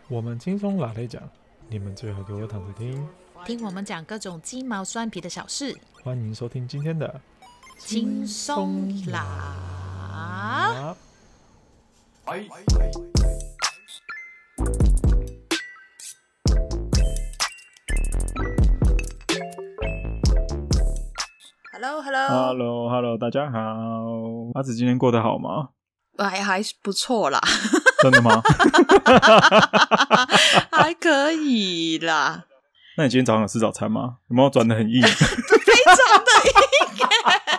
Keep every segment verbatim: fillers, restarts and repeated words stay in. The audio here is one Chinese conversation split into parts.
我们轻松拉类讲，你们最好给我躺着听， 听我们讲各种鸡毛蒜皮的小事。 欢迎收听今天的轻松啦。Hello Hello Hello Hello， 大家好，阿紫今天过得好吗？ 还还不错啦。 真的吗？ 还可以啦。 那你今天早上有吃早餐吗？有没有转得很硬？ 非常的硬。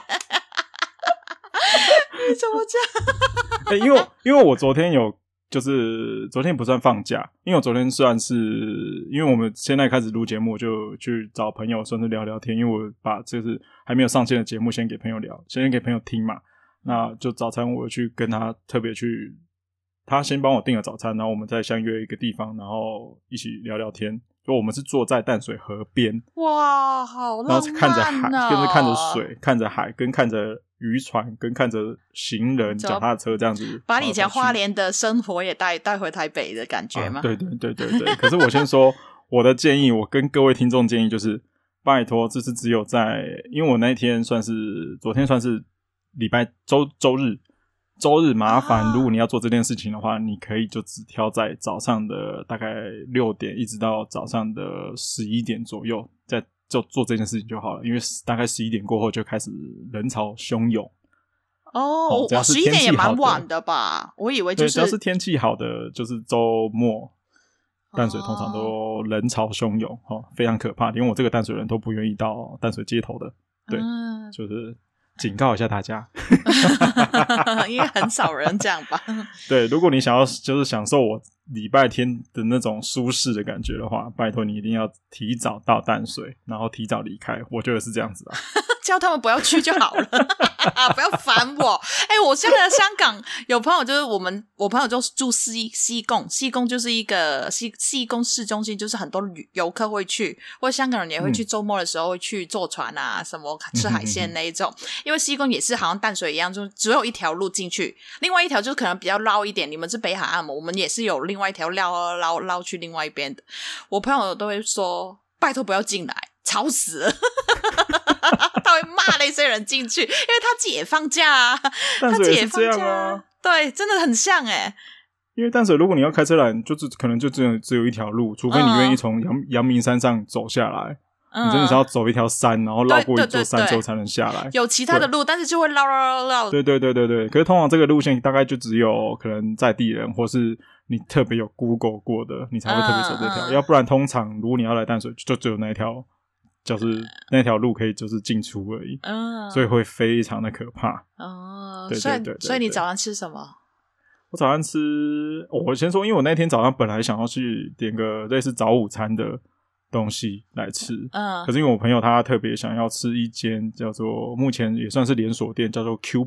你怎么这样？ 欸、因为因为我昨天有就是昨天不算放假，因为我昨天算是因为我们现在开始录节目，就去找朋友算是聊聊天，因为我把就是还没有上线的节目先给朋友聊，先给朋友听嘛。那就早餐我去跟他特别去，他先帮我订了早餐，然后我们再相约一个地方，然后一起聊聊天。就我们是坐在淡水河边， 哇，好浪漫、哦、 然后看着海，就是看着水，看着海，跟看着渔船，跟看着行人、脚踏车这样子， 把你以前花莲的生活也带带回台北的感觉吗？ 啊、对对对对对。可是我先说我的建议，我跟各位听众建议就是，拜托，这是只有在，因为我那一天算是昨天算是礼拜周周日。周日麻烦、啊、如果你要做这件事情的话，你可以就只挑在早上的大概六点一直到早上的十一点左右，再就做这件事情就好了，因为大概十一点过后就开始人潮汹涌。 哦，哦十一点也蛮晚的吧？我以为就是对，只要是天气好的，就是周末淡水通常都人潮汹涌、哦、非常可怕，连我这个淡水人都不愿意到淡水街头的。对、嗯、就是警告一下大家。 因为很少人这样吧。 对，如果你想要就是享受我礼拜天的那种舒适的感觉的话，拜托你一定要提早到淡水，然后提早离开，我觉得是这样子啊。 叫他们不要去就好了。不要烦我。哎、欸，我现在香港有朋友，就是我们我朋友就住西西贡，西贡就是一个西西贡市中心，就是很多游客会去，或者香港人也会去，周末的时候会去坐船啊，什么吃海鲜那一种。因为西贡也是好像淡水一样，就只有一条路进去，另外一条就可能比较绕一点。你们是北海岸嘛，我们也是有另外一条绕绕绕去另外一边的。我朋友都会说，拜托不要进来，吵死了。他会骂那些人进去，因为他自己也放假啊， 淡水也是这样啊， 他自己也放假啊。对，真的很像哎、欸。 因为淡水如果你要开车来，就是可能就只有只有一条路，除非你愿意从阳阳明山上走下来。嗯、你真的是要走一条山，然后绕过一座山之后才能下来。 有其他的路，但是就会绕绕绕绕。 对对对对对。可是通常这个路线大概就只有可能在地人，或是你特别有 Google 过的，你才会特别走这条、嗯嗯。要不然通常如果你要来淡水，就只有那一条，就是那条路可以就是进出而已。嗯。所以会非常的可怕。哦。对对 对, 对, 对, 对。 所以你早上吃什么？ 我早上吃，我先说，因为我那天早上本来想要去点个类似早午餐的东西来吃，嗯，可是因为我朋友他特别想要吃一间叫做目前也算是连锁店，叫做 Q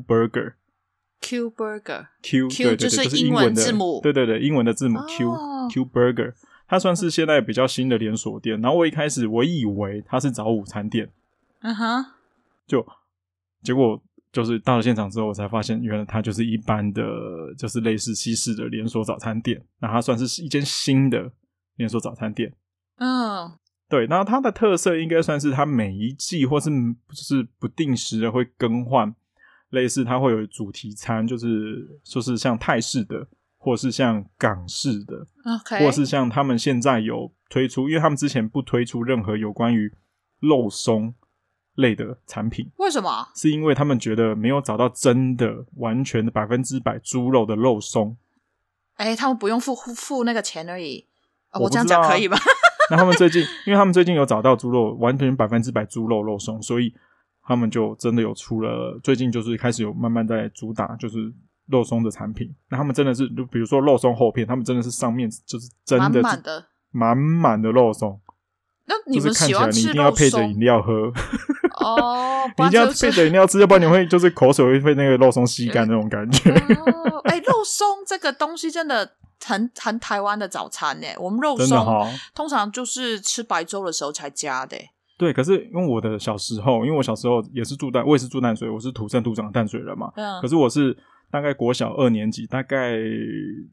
Burger。Q Burger。Q Q 对对对， 就是英文字母， 对对对，英文的字母 Q、哦、Q Burger， 它算是现在比较新的连锁店。然后我一开始我以为它是早午餐店，嗯哼，就结果就是到了现场之后，我才发现原来它就是一般的，就是类似西式的连锁早餐店。那它算是一间新的连锁早餐店。嗯，对，然后它的特色应该算是它每一季或是就是不定时的会更换，类似它会有主题餐，就是就是像泰式的，或是像港式的， okay. 或是像他们现在有推出，因为他们之前不推出任何有关于肉松类的产品。 为什么？ 是因为他们觉得没有找到真的完全的百分之百猪肉的肉松。 哎，他们不用付付那个钱而已。哦、 我, 我这样讲可以吧？ 那他们最近，因为他们最近有找到猪肉完全百分之百猪肉肉松，所以他们就真的有出了，最近就是开始有慢慢在主打就是肉松的产品。那他们真的是，比如说肉松厚片，他们真的是上面就是真的满满的满满的肉松。 那你们喜欢吃肉松？就是看起来你一定要配着饮料喝。 哦， 你一定要配着饮料吃，要不然你会就是口水会被那个肉松吸干那种感觉。 哦，哎、欸，肉松这个东西真的很很台湾的早餐耶，我们肉松、哦、通常就是吃白粥的时候才加的耶。 对，可是因为我的小时候，因为我小时候也是住淡，我也是住淡水，我是土生土长的淡水人嘛。嗯。可是我是大概国小二年级，大概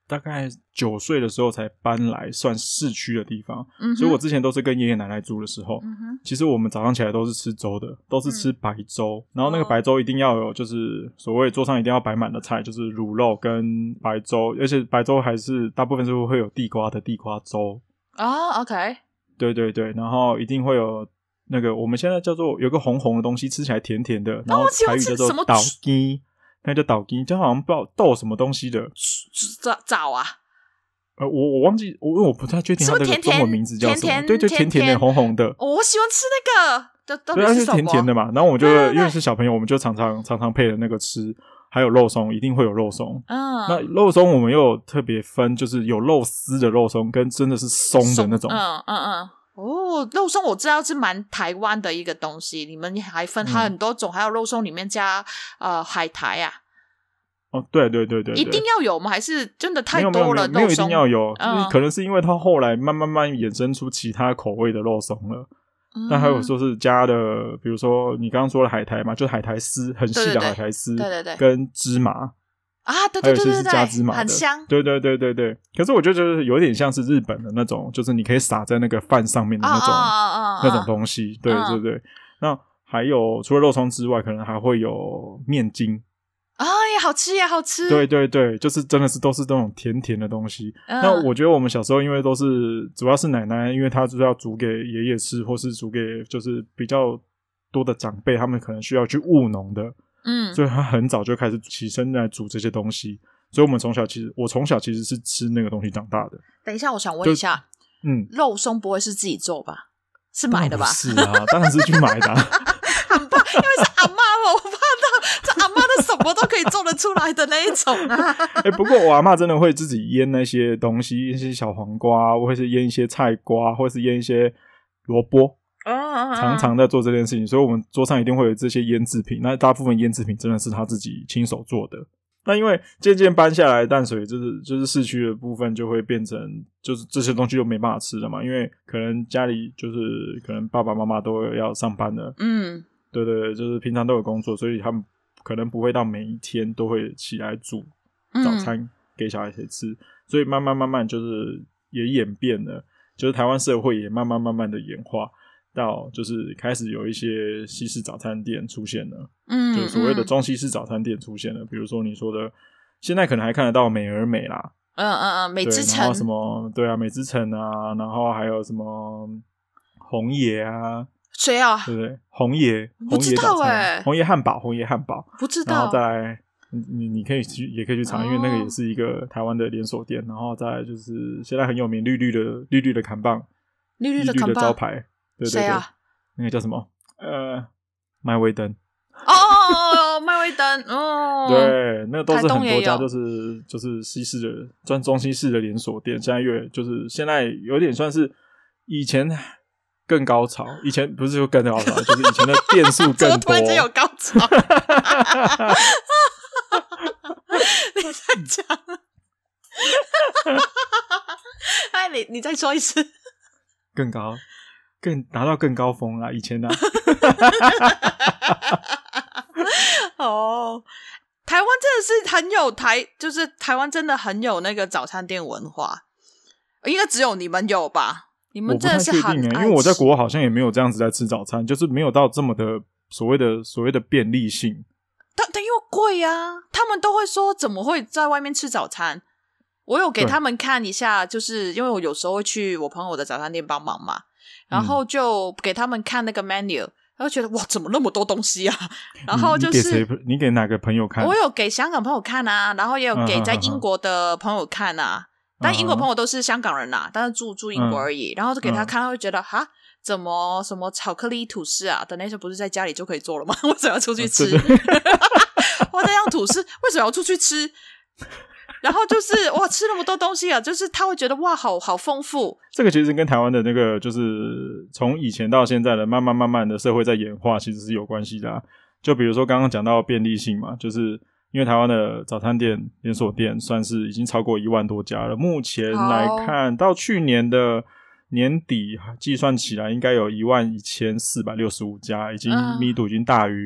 大概九岁的时候才搬来算市区的地方、嗯、所以我之前都是跟爷爷奶奶住的时候、嗯、其实我们早上起来都是吃粥的，都是吃白粥、嗯、然后那个白粥一定要有就是所谓桌上一定要摆满的菜，就是卤肉跟白粥，而且白粥还是大部分是会有地瓜的地瓜粥哦、oh, OK 对对对，然后一定会有那个我们现在叫做有个红红的东西，吃起来甜甜的，然后台语叫做倒鸡，那叫倒鸡，就好像不知道豆什么东西的枣枣啊。 呃，我我忘记，我因为我不太确定它的中文名字叫什么。 甜甜对对，甜甜的，红红的。 哦、我喜欢吃那个，这到底是什么？ 对，它是甜甜的嘛。然后我就因为是小朋友，我们就常常常常配了那个吃，还有肉松，一定会有肉松。嗯，那肉松我们又有特别分，就是有肉丝的肉松，跟真的是松的那种。 嗯嗯嗯。哦，肉松我知道是蛮台湾的一个东西，你们还分它很多种，嗯、还有肉松里面加呃海苔啊。 哦，对对对 对, 对， 一定要有吗？还是真的太多了？ 没有没有没有，没有一定要有、 嗯， 可能是因为它后来慢慢慢衍生出其他口味的肉松了。嗯、但还有说是加的，比如说你刚刚说的海苔嘛，就是海苔丝，很细的海苔丝， 对对对， 跟芝麻啊，对对对对对， 还有些是加芝麻的， 很香。 对对对对对。可是我觉得就是有点像是日本的那种，就是你可以撒在那个饭上面的那种、 啊啊啊啊、 那种东西，对对对。那还有除了肉松之外，可能还会有面筋。 啊、哦，也好吃也好吃， 对对对，就是真的是都是这种甜甜的东西、嗯、那我觉得我们小时候因为都是主要是奶奶，因为她就是要煮给爷爷吃，或是煮给就是比较多的长辈，他们可能需要去务农的，嗯，所以她很早就开始起身来煮这些东西，所以我们从小其实我从小其实是吃那个东西长大的。 等一下我想问一下，嗯，肉松不会是自己做吧？是买的吧？ 是啊，当然是去买的、啊很怕，因为是阿嬷嘛，我怕到这阿嬷的什么都可以做得出来的那一种啊。 哎、欸，不过我阿嬷真的会自己腌那些东西，腌一些小黄瓜，或是腌一些菜瓜，或是腌一些萝卜，哦，常常在做这件事情，所以我们桌上一定会有这些腌制品。那大部分腌制品真的是他自己亲手做的。那因为渐渐搬下来淡水，就是就是市区的部分就会变成就是这些东西就没办法吃了嘛，因为可能家里就是可能爸爸妈妈都要上班了，嗯，对对对，就是平常都有工作，所以他们可能不会到每一天都会起来煮早餐给小孩子吃、嗯、所以慢慢慢慢就是也演变了，就是台湾社会也慢慢慢慢的演化到就是开始有一些西式早餐店出现了，嗯，就是所谓的中西式早餐店出现了、嗯、比如说你说的现在可能还看得到美而美啦， 嗯嗯嗯，美之城， 然后什么对啊美之城啊，然后还有什么红爷啊， 谁啊？ 对不对？红爷， 不知道哎、欸， 红爷汉堡，红爷汉堡， 不知道。 然后再来，你你可以去，也可以去查、哦，因为那个也是一个台湾的连锁店。然后再来就是现在很有名，绿绿的绿绿的看板， 绿绿的看板招牌，对对对， 谁啊？ 那个叫什么？呃，麦威登。 哦哦哦，麦威登，哦， 对，那个都是很多家，就是就是西式的，专中西式的连锁店。现在越就是现在有点算是以前。更高潮，以前不是说更高潮，就是以前的店数更多。 突然间有高潮，你在讲？哎，你你再说一次。 更高，更达到更高峰啦！以前呢、啊。 哦，台湾真的是很有台，就是台湾真的很有那个早餐店文化，应该只有你们有吧？你们真的是我不太确定、欸、因为我在国外好像也没有这样子在吃早餐，就是没有到这么的所谓的所谓的便利性。 但但又贵啊，他们都会说怎么会在外面吃早餐。我有给他们看一下，就是因为我有时候会去我朋友的早餐店帮忙嘛，然后就给他们看那个 menu， 然后觉得哇怎么那么多东西啊，然后就是你, 你, 给你给哪个朋友看？ 我有给香港朋友看啊，然后也有给在英国的朋友看啊，但英国朋友都是香港人啦、啊、但是住住英国而已、嗯、然后就给他看，他会觉得哈怎么什么巧克力吐司啊的那些不是在家里就可以做了吗？为什么要出去吃、哦、哇这样吐司为什么要出去吃？然后就是哇吃那么多东西啊，就是他会觉得哇好好丰富。 这个其实跟台湾的那个就是从以前到现在的慢慢慢慢的社会在演化其实是有关系的、啊、就比如说刚刚讲到便利性嘛，就是因为台湾的早餐店连锁店算是已经超过一万多家了，目前来看到去年的年底计算起来应该有一万一千四百六十五家，已经密度已经大于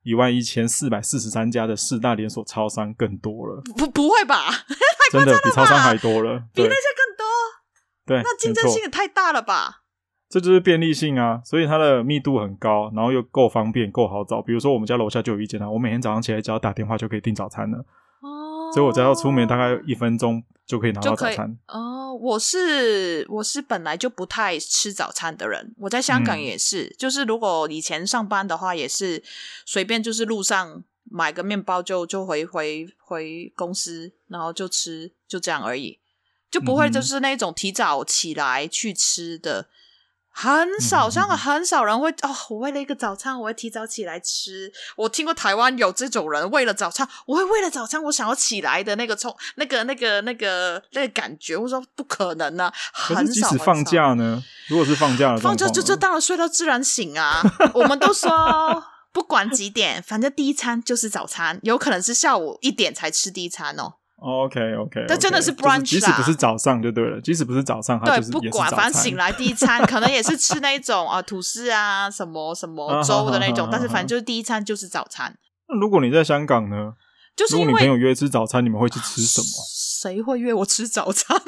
一万一千四百四十三家的四大连锁超商更多了。 不不会吧？太夸张了吧， 真的比超商还多了， 比那些更多。 对， 那竞争性也太大了吧？ 这就是便利性啊，所以它的密度很高，然后又够方便够好找。比如说我们家楼下就有一间啊，我每天早上起来只要打电话就可以订早餐了。哦，所以我只要出门大概一分钟就可以拿到早餐。 哦，我是我是本来就不太吃早餐的人，我在香港也是、嗯、就是如果以前上班的话也是随便就是路上买个面包就就回回回公司，然后就吃，就这样而已，就不会就是那种提早起来去吃的。很少，香港很少人会哦，我为了一个早餐我会提早起来吃。我听过台湾有这种人，为了早餐我会为了早餐我想要起来的那个冲那个那个那个那个感觉，我说不可能啊，很少。可是即使放假呢？如果是放假的状况， 放假就就当然睡到自然醒啊。我们都说不管几点，反正第一餐就是早餐，有可能是下午一点才吃第一餐哦。 OK OK， 但真的是 brunch 啦， 即使不是早上就对了，即使不是早上，它就是也是早餐。对，不管， 反正醒来第一餐可能也是吃那种啊吐司啊什么什么粥的那种，但是反正就是第一餐就是早餐。 那如果你在香港呢？ 就是因为如果你朋友约吃早餐，你们会去吃什么？ 谁会约我吃早餐？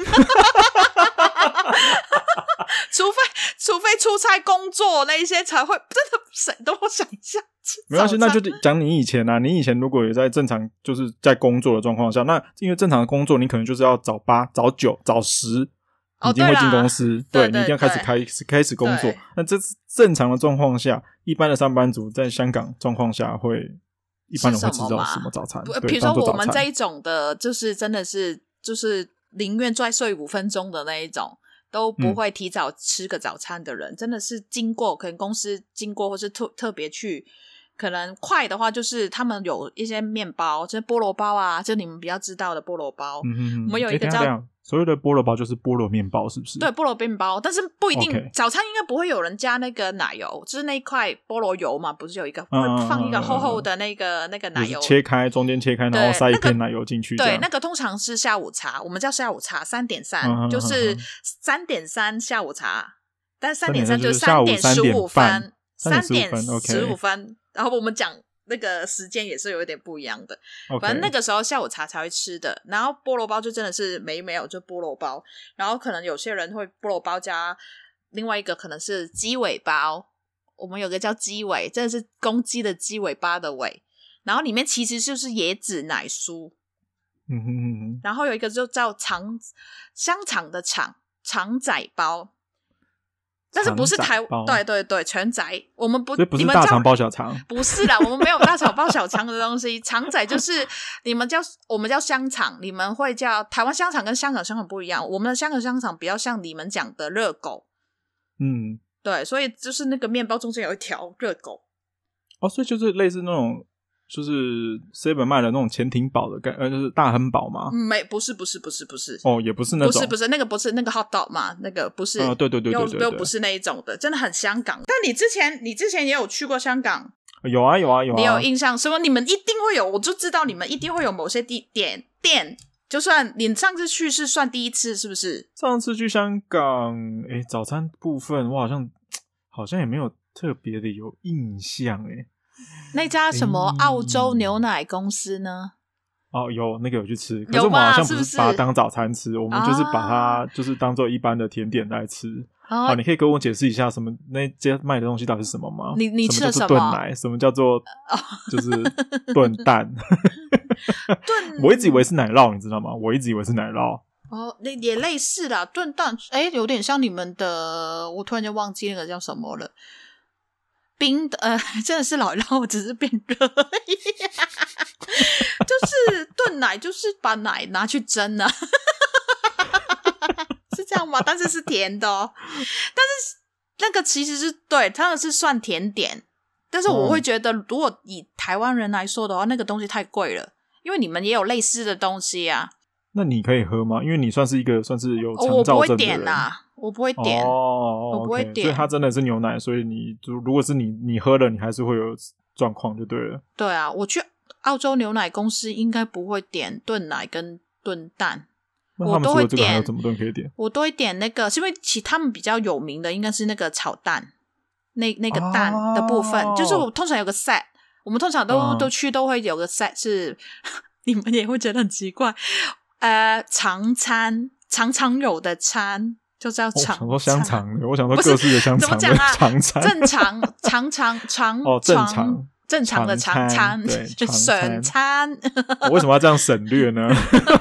除非除非出差工作那一些才会，真的谁都不想一下。 没关系，那就讲你以前啊，你以前如果也在正常就是在工作的状况下，那因为正常的工作你可能就是要早八早九早十已经会进公司、哦、对, 对, 对, 对你一定要开始开始开始工作，那这正常的状况下，一般的上班族在香港状况下会一般人会吃到什么早餐？ 比如说我们这一种的就是真的是就是宁愿再睡五分钟的那一种都不会提早吃个早餐的人、嗯、真的是经过可能公司经过或是特特别去，可能快的话就是他们有一些面包，就是菠萝包啊，就你们比较知道的菠萝包、嗯、哼哼我们有一个叫、欸所谓的菠萝包就是菠萝面包是不是？ 对，菠萝面包，但是不一定、 okay. 早餐应该不会有人加那个奶油，就是那一块菠萝油嘛，不是有一个、嗯、会放一个厚厚的那个、嗯、那个奶油、 就是、切开中间切开然后塞一片奶油进去、那個、 对，那个通常是下午茶，我们叫下午茶 三点三、嗯、就是三点三下午茶，但三点三就是三点十五分三点十五分，然后我们讲那个时间也是有一点不一样的、okay. 反正那个时候下午茶才会吃的，然后菠萝包就真的是没没有就菠萝包，然后可能有些人会菠萝包加另外一个可能是鸡尾包，我们有个叫鸡尾，真的是公鸡的鸡尾巴的尾，然后里面其实就是椰子奶酥， 嗯哼哼哼， 然后有一个就叫肠香肠的肠肠仔包，但是不是台对对对全仔，我们不， 所以不是大肠包小肠， 不是啦，我们没有大肠包小肠的东西。肠仔就是你们叫我们叫香肠，你们会叫台湾香肠，跟香港香肠不一样。我们的香港香肠比较像你们讲的热狗， 嗯， 对，所以就是那个面包中间有一条热狗。 哦，所以就是类似那种。就是 seven 卖的那种潜艇堡的概呃，就是大亨堡吗？ 没，不是，不是，不是，不是。 哦，也不是那种， 不是，不是那个，不是那个 hot dog 嘛？那个不是。 呃，对对对对对, 对, 对，又不是那一种的，真的很香港。但你之前，你之前也有去过香港？ 有啊，有啊，有啊。 你有印象？什么？你们一定会有，我就知道你们一定会有某些地点店。就算你上次去是算第一次，是不是？ 上次去香港，诶，早餐部分我好像好像也没有特别的有印象，诶。 那家什么澳洲牛奶公司呢？ 哦，有那个有去吃，可是我们好像不是把它当早餐吃， 是我们就是把它就是当做一般的甜点来吃。 哦、 好，你可以跟我解释一下什么那家卖的东西到底是什么吗？ 你你吃了什么？ 什么叫做炖奶？什么叫做就是炖蛋？炖我一直以为是奶酪，你知道吗？我一直以为是奶酪。 哦，那也类似啦，炖蛋，哎，有点像你们的，我突然就忘记那个叫什么了。冰的呃，真的是老了，我只是变热而已。就是炖奶，就是把奶拿去蒸啊，是这样吗？但是是甜的哦。但是那个其实是对，它是算甜点，但是我会觉得，如果以台湾人来说的话，那个东西太贵了，因为你们也有类似的东西啊。 那你可以喝吗？因为你算是一个算是有肠燥症的人。 哦、 我不会点啊。我不会点哦， 我不会点， okay, 所以它真的是牛奶，所以你如果是你你喝了，你还是会有状况就对了。 对啊，我去澳洲牛奶公司应该不会点炖奶跟炖蛋， 那他们除了这个还有怎么炖可以点？ 我都会点那个，是因为其他们比较有名的应该是那个炒蛋，那那个蛋的部分，哦、就是我通常有个 set， 我们通常都、 嗯、 都去都会有个 set 是你们也会觉得很奇怪，呃，长餐长长有的餐就叫长餐、哦、 我想说香肠的，我想说各式的香肠的长餐、 啊、正常长长长哦正常正常的长餐省餐我为什么要这样省略呢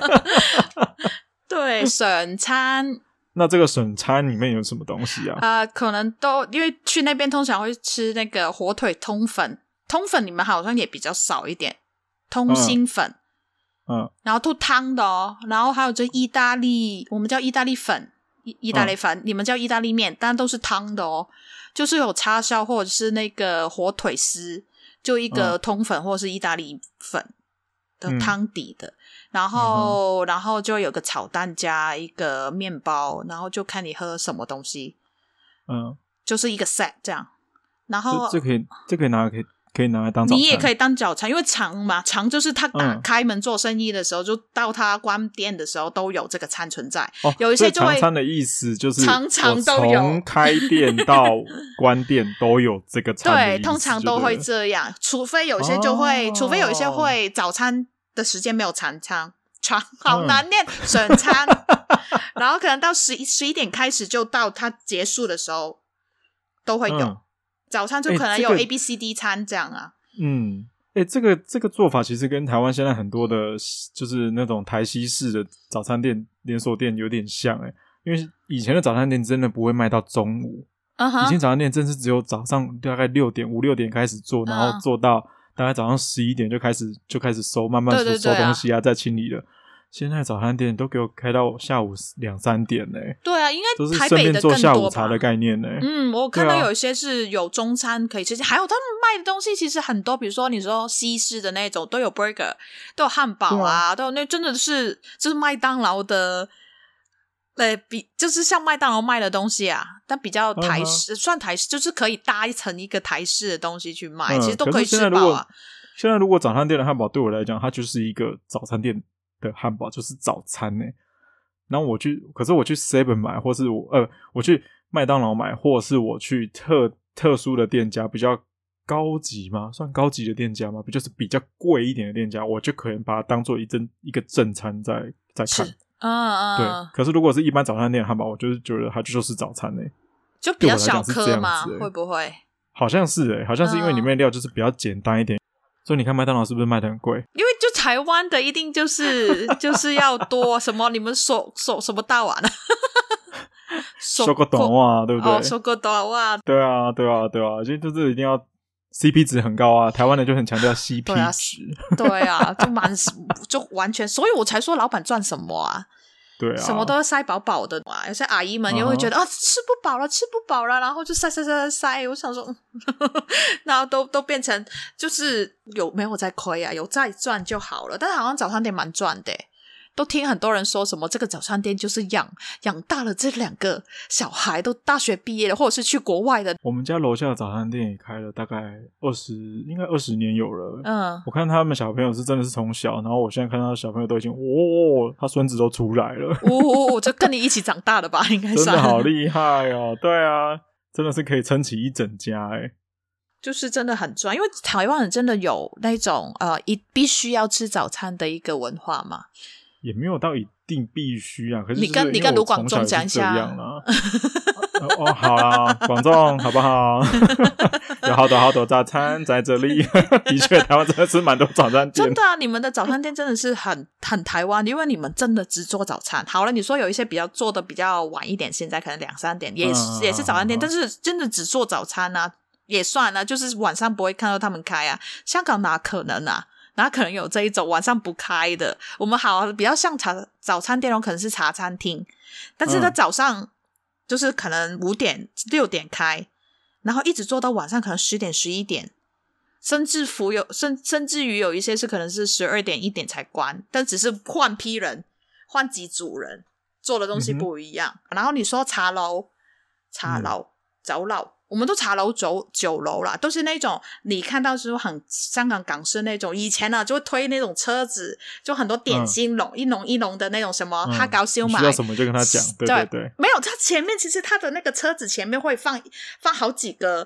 对，省餐那这个省餐里面有什么东西啊？ 呃，可能都因为去那边通常会吃那个火腿通粉，通粉你们好像也比较少一点，通心粉，嗯，嗯然后吐汤的哦，然后还有这意大利，我们叫意大利粉，意意大利粉、嗯，你们叫意大利面，但都是汤的哦，就是有叉烧或者是那个火腿丝，就一个通粉或者是意大利粉的汤底的。嗯然后、嗯、然后就有个炒蛋加一个面包，然后就看你喝什么东西，嗯，就是一个 set 这样。然后这可以这可以拿可以可以拿来当早餐， 你也可以当早餐，因为长嘛，长就是他打开门做生意的时候、嗯、就到他关店的时候都有这个餐存在、哦、有一些就会长餐的意思就是常常都有， 从开店到关店都有这个餐的意思， 对，通常都会这样，除非有些就会、哦、除非有一些会早餐的时间没有长餐，长好难念，省、嗯、餐然后可能到十一十一点开始就到它结束的时候都会有、嗯、早餐就可能有 A B C D 餐这样啊。 嗯，哎、欸，这个这个做法其实跟台湾现在很多的就是那种台西式的早餐店连锁店有点像哎、欸，因为以前的早餐店真的不会卖到中午、uh-huh. 以前早餐店真是只有早上大概六点五六点开始做，然后做到大概早上十一点就开始就开始收，慢慢收对对对、啊、 收东西啊，再清理了。现在早餐店都给我开到下午两三点呢、欸。 对啊，应该台北的更多吧，都是顺便做下午茶的概念呢、欸。 嗯，我看到有一些是有中餐可以吃，啊、还有他们卖的东西其实很多，比如说你说西式的那种都有 burger， 都有汉堡啊，啊都有那真的是就是麦当劳的，呃，比就是像麦当劳卖的东西啊，但比较台式，嗯、算台式，就是可以搭一层一个台式的东西去卖，嗯、其实都可以吃饱啊。 现在如果早餐店的汉堡对我来讲，它就是一个早餐店的汉堡，就是早餐欸。然后我去，可是我去 Seven 买，或是我呃，我去麦当劳买，或是我去特特殊的店家，比较高级吗？算高级的店家吗？不就是比较贵一点的店家，我就可能把它当做一正一个正餐在在看。 嗯嗯， 对。可是如果是一般早餐店的汉堡，我就是觉得它就是早餐欸， 就比较小颗嘛，欸，会不会？ 好像是欸，好像是因为里面的料就是比较简单一点。所以你看麦当劳是不是卖得很贵？ 因为就台湾的一定就是就是要多什么，你们手手什么大碗啊？ 收个短袜，对不对？ 哦，收个短袜， 对啊，对啊，对啊，所以就是一定要 C P 值很高啊。台湾人就很强调 C P 值， 对啊，就蛮就完全，所以我才说老板赚什么啊？ 对啊， 什么都要塞饱饱的嘛。有些阿姨们也会觉得、uh-huh. 啊，吃不饱了，吃不饱了，然后就塞塞塞塞。我想说，呵呵然后都都变成就是有没有在亏啊？有在赚就好了。但是好像早餐店蛮赚的，都听很多人说什么这个早餐店就是养养大了这两个小孩，都大学毕业了，或者是去国外的。 我们家楼下的早餐店也开了大概二十，应该二十年有了。嗯，我看他们小朋友是真的是从小，然后我现在看到小朋友都已经，哦，他孙子都出来了， 哦，就跟你一起长大的吧，应该是。 真的好厉害哦！对啊，真的是可以撑起一整家哎。 就是真的很赚，因为台湾人真的有那种呃，一必须要吃早餐的一个文化嘛。 也没有到一定必须啊，可是你跟你跟卢广仲讲一下啊。哦，好啦，广仲好不好？有好多好多早餐在这里。的确，台湾真的是蛮多早餐店。 真的啊，你们的早餐店真的是很很台湾，因为你们真的只做早餐。好了，你说有一些比较做的比较晚一点，现在可能两三点也是、嗯、也是早餐店、嗯，但是真的只做早餐啊，也算啊，就是晚上不会看到他们开啊。香港哪可能啊？哪可能有这一种晚上不开的？我们好比较像茶早餐店，可能是茶餐厅，但是他早上就是可能五点六点开，然后一直做到晚上可能十点十一点，甚至乎有甚甚至于有一些是可能是十二点一点才关，但只是换批人换几组人做的东西不一样、嗯、然后你说茶楼茶楼、嗯、酒楼，我们都茶楼酒酒楼啦，都是那种你看到是很香港港式那种，以前呢就会推那种车子，就很多点心笼、嗯、一笼一笼的那种什么哈高燒賣， 需要什么就跟他讲，对对对， 没有，他前面其实他的那个车子前面会放放好几个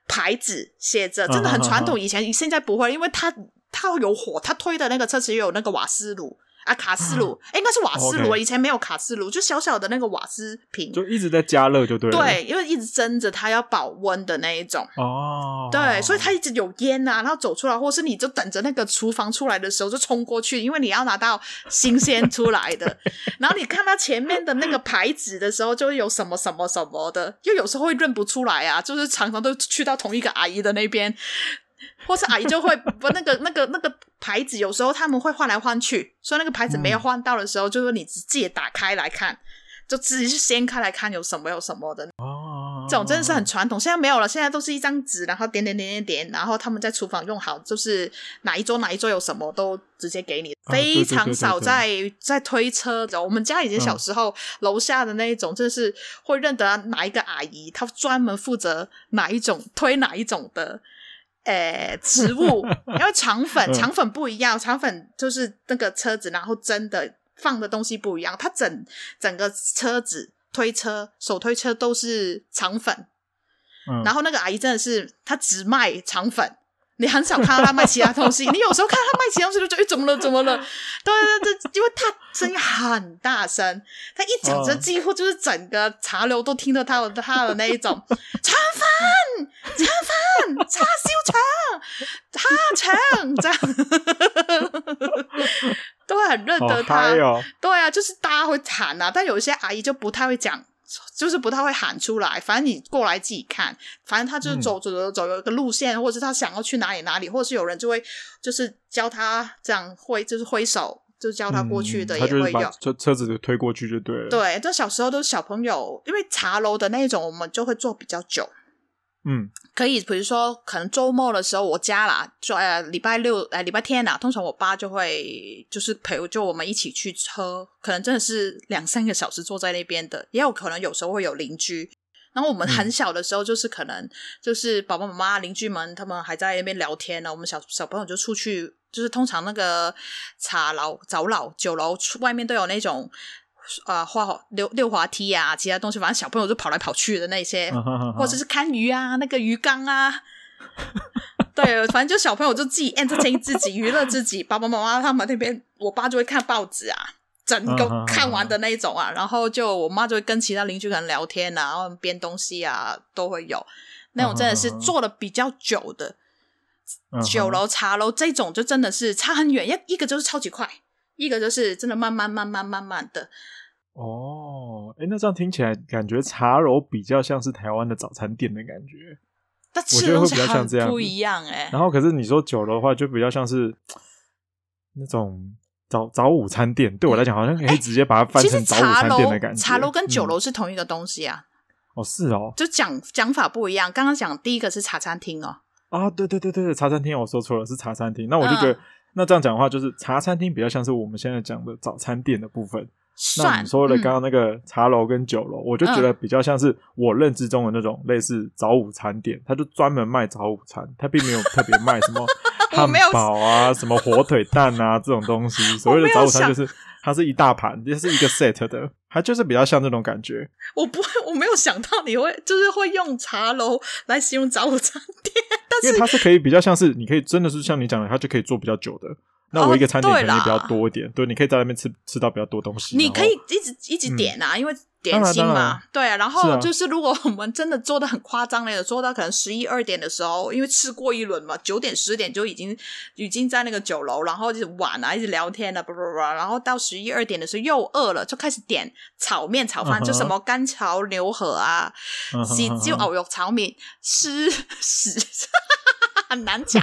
牌子写着，真的很传统，以前现在不会，因为它它有火，它推的那个车子有那个瓦斯炉啊，卡式炉，哎、嗯，应该是瓦斯炉、okay. 以前没有卡式炉，就小小的那个瓦斯瓶， 就一直在加热就对了。 对，因为一直蒸着，它要保温的那一种。哦。对，所以它一直有烟啊，然后走出来，或是你就等着那个厨房出来的时候就冲过去，因为你要拿到新鲜出来的。然后你看它前面的那个牌子的时候，就有什么什么什么的，又有时候会认不出来啊，就是常常都去到同一个阿姨的那边。或是阿姨就会不那个那个那个牌子，有时候他们会换来换去，所以那个牌子没有换到的时候，嗯、就是你自己打开来看，就自己去掀开来看有什么有什么的。哦，这种真的是很传统，现在没有了，现在都是一张纸，然后点点点点点，然后他们在厨房用好，就是哪一桌哪一桌有什么都直接给你，啊、非常少在在推车。我们家以前小时候、嗯、楼下的那一种，真的是会认得哪一个阿姨，她专门负责哪一种推哪一种的。诶，植物，因为肠粉，肠粉不一样，肠粉就是那个车子，然后蒸的放的东西不一样，它整整个车子推车、手推车都是肠粉，嗯、然后那个阿姨真的是，她只卖肠粉，你很少看到她卖其他东西，你有时候看她卖其他东西就觉得，诶，怎么了，怎么了？对对对，因为她声音很大声，她一讲着几乎就是整个茶楼都听到她的她的那一种肠粉、肠粉、叉烧肠。哈肠这样都很认得他、哦、对啊，就是大家会喊啊，但有一些阿姨就不太会讲，就是不太会喊出来，反正你过来自己看，反正他就是走走走走有一个路线、嗯、或者是他想要去哪里哪里，或者是有人就会就是教他这样挥，就是挥手就教他过去的也会有、嗯、他就是把车子推过去就对了。 对，这小时候都是小朋友，因为茶楼的那种我们就会做比较久，嗯，可以，比如说，可能周末的时候，我家啦，就呃礼拜六、呃礼拜天啦，通常我爸就会就是陪，就我们一起去喝，可能真的是两三个小时坐在那边的，也有可能有时候会有邻居。然后我们很小的时候，就是可能就是爸爸妈妈、邻居们他们还在那边聊天呢，我们小小朋友就出去，就是通常那个茶楼、早楼、酒楼外面都有那种。呃，滑溜溜滑梯啊，其他东西，反正小朋友就跑来跑去的那些，啊、哈哈或者是看鱼啊，那个鱼缸啊，对，反正就小朋友就自己 entertain 自己，娱乐自己。爸爸妈妈他们那边，我爸就会看报纸啊，整个看完的那一种啊，然后就我妈就会跟其他邻居可能聊天啊，然后编东西啊，都会有那种真的是做的比较久的、啊、酒楼、茶楼这种，就真的是差很远，一个就是超级快。一个就是真的慢慢慢慢慢慢的哦，哎，那这样听起来感觉茶楼比较像是台湾的早餐店的感觉， 但吃的东西很不一样哎、欸。 然后可是你说酒楼的话，就比较像是那种早早午餐店，对我来讲好像可以直接把它翻成早午餐店的感觉。 茶楼跟酒楼是同一个东西啊。 嗯、哦，是哦， 就讲讲法不一样。刚刚讲第一个是茶餐厅哦。 啊，对对对对，茶餐厅我说错了，是茶餐厅。那我就觉得。嗯那这样讲的话，就是茶餐厅比较像是我们现在讲的早餐店的部分。那你说的刚刚那个茶楼跟酒楼、嗯，我就觉得比较像是我认知中的那种类似早午餐店，它就专门卖早午餐，它并没有特别卖什么汉堡啊、什么火腿蛋啊这种东西。所谓的早午餐就是它是一大盘，这是一个 set 的，它就是比较像这种感觉。 我不会，我没有想到你会就是会用茶楼来形容早午餐店。 因为它是可以比较像是你可以真的是像你讲的，它就可以做比较久的。那我一个餐点可能也比较多一点，哦、对，你可以在那边吃吃到比较多东西。 你可以一直一直点啊、嗯，因为点心嘛，对啊。然后就是如果我们真的做的很夸张了，做到可能十一二点的时候，因为吃过一轮嘛，九点十点就已经已经在那个酒楼，然后就是玩啊，一直聊天啊，啵啵啵，然后到十一二点的时候又饿了，就开始点炒面、炒饭， uh-huh. 就什么干炒牛河啊、喜椒牛肉炒面、湿屎，很难讲。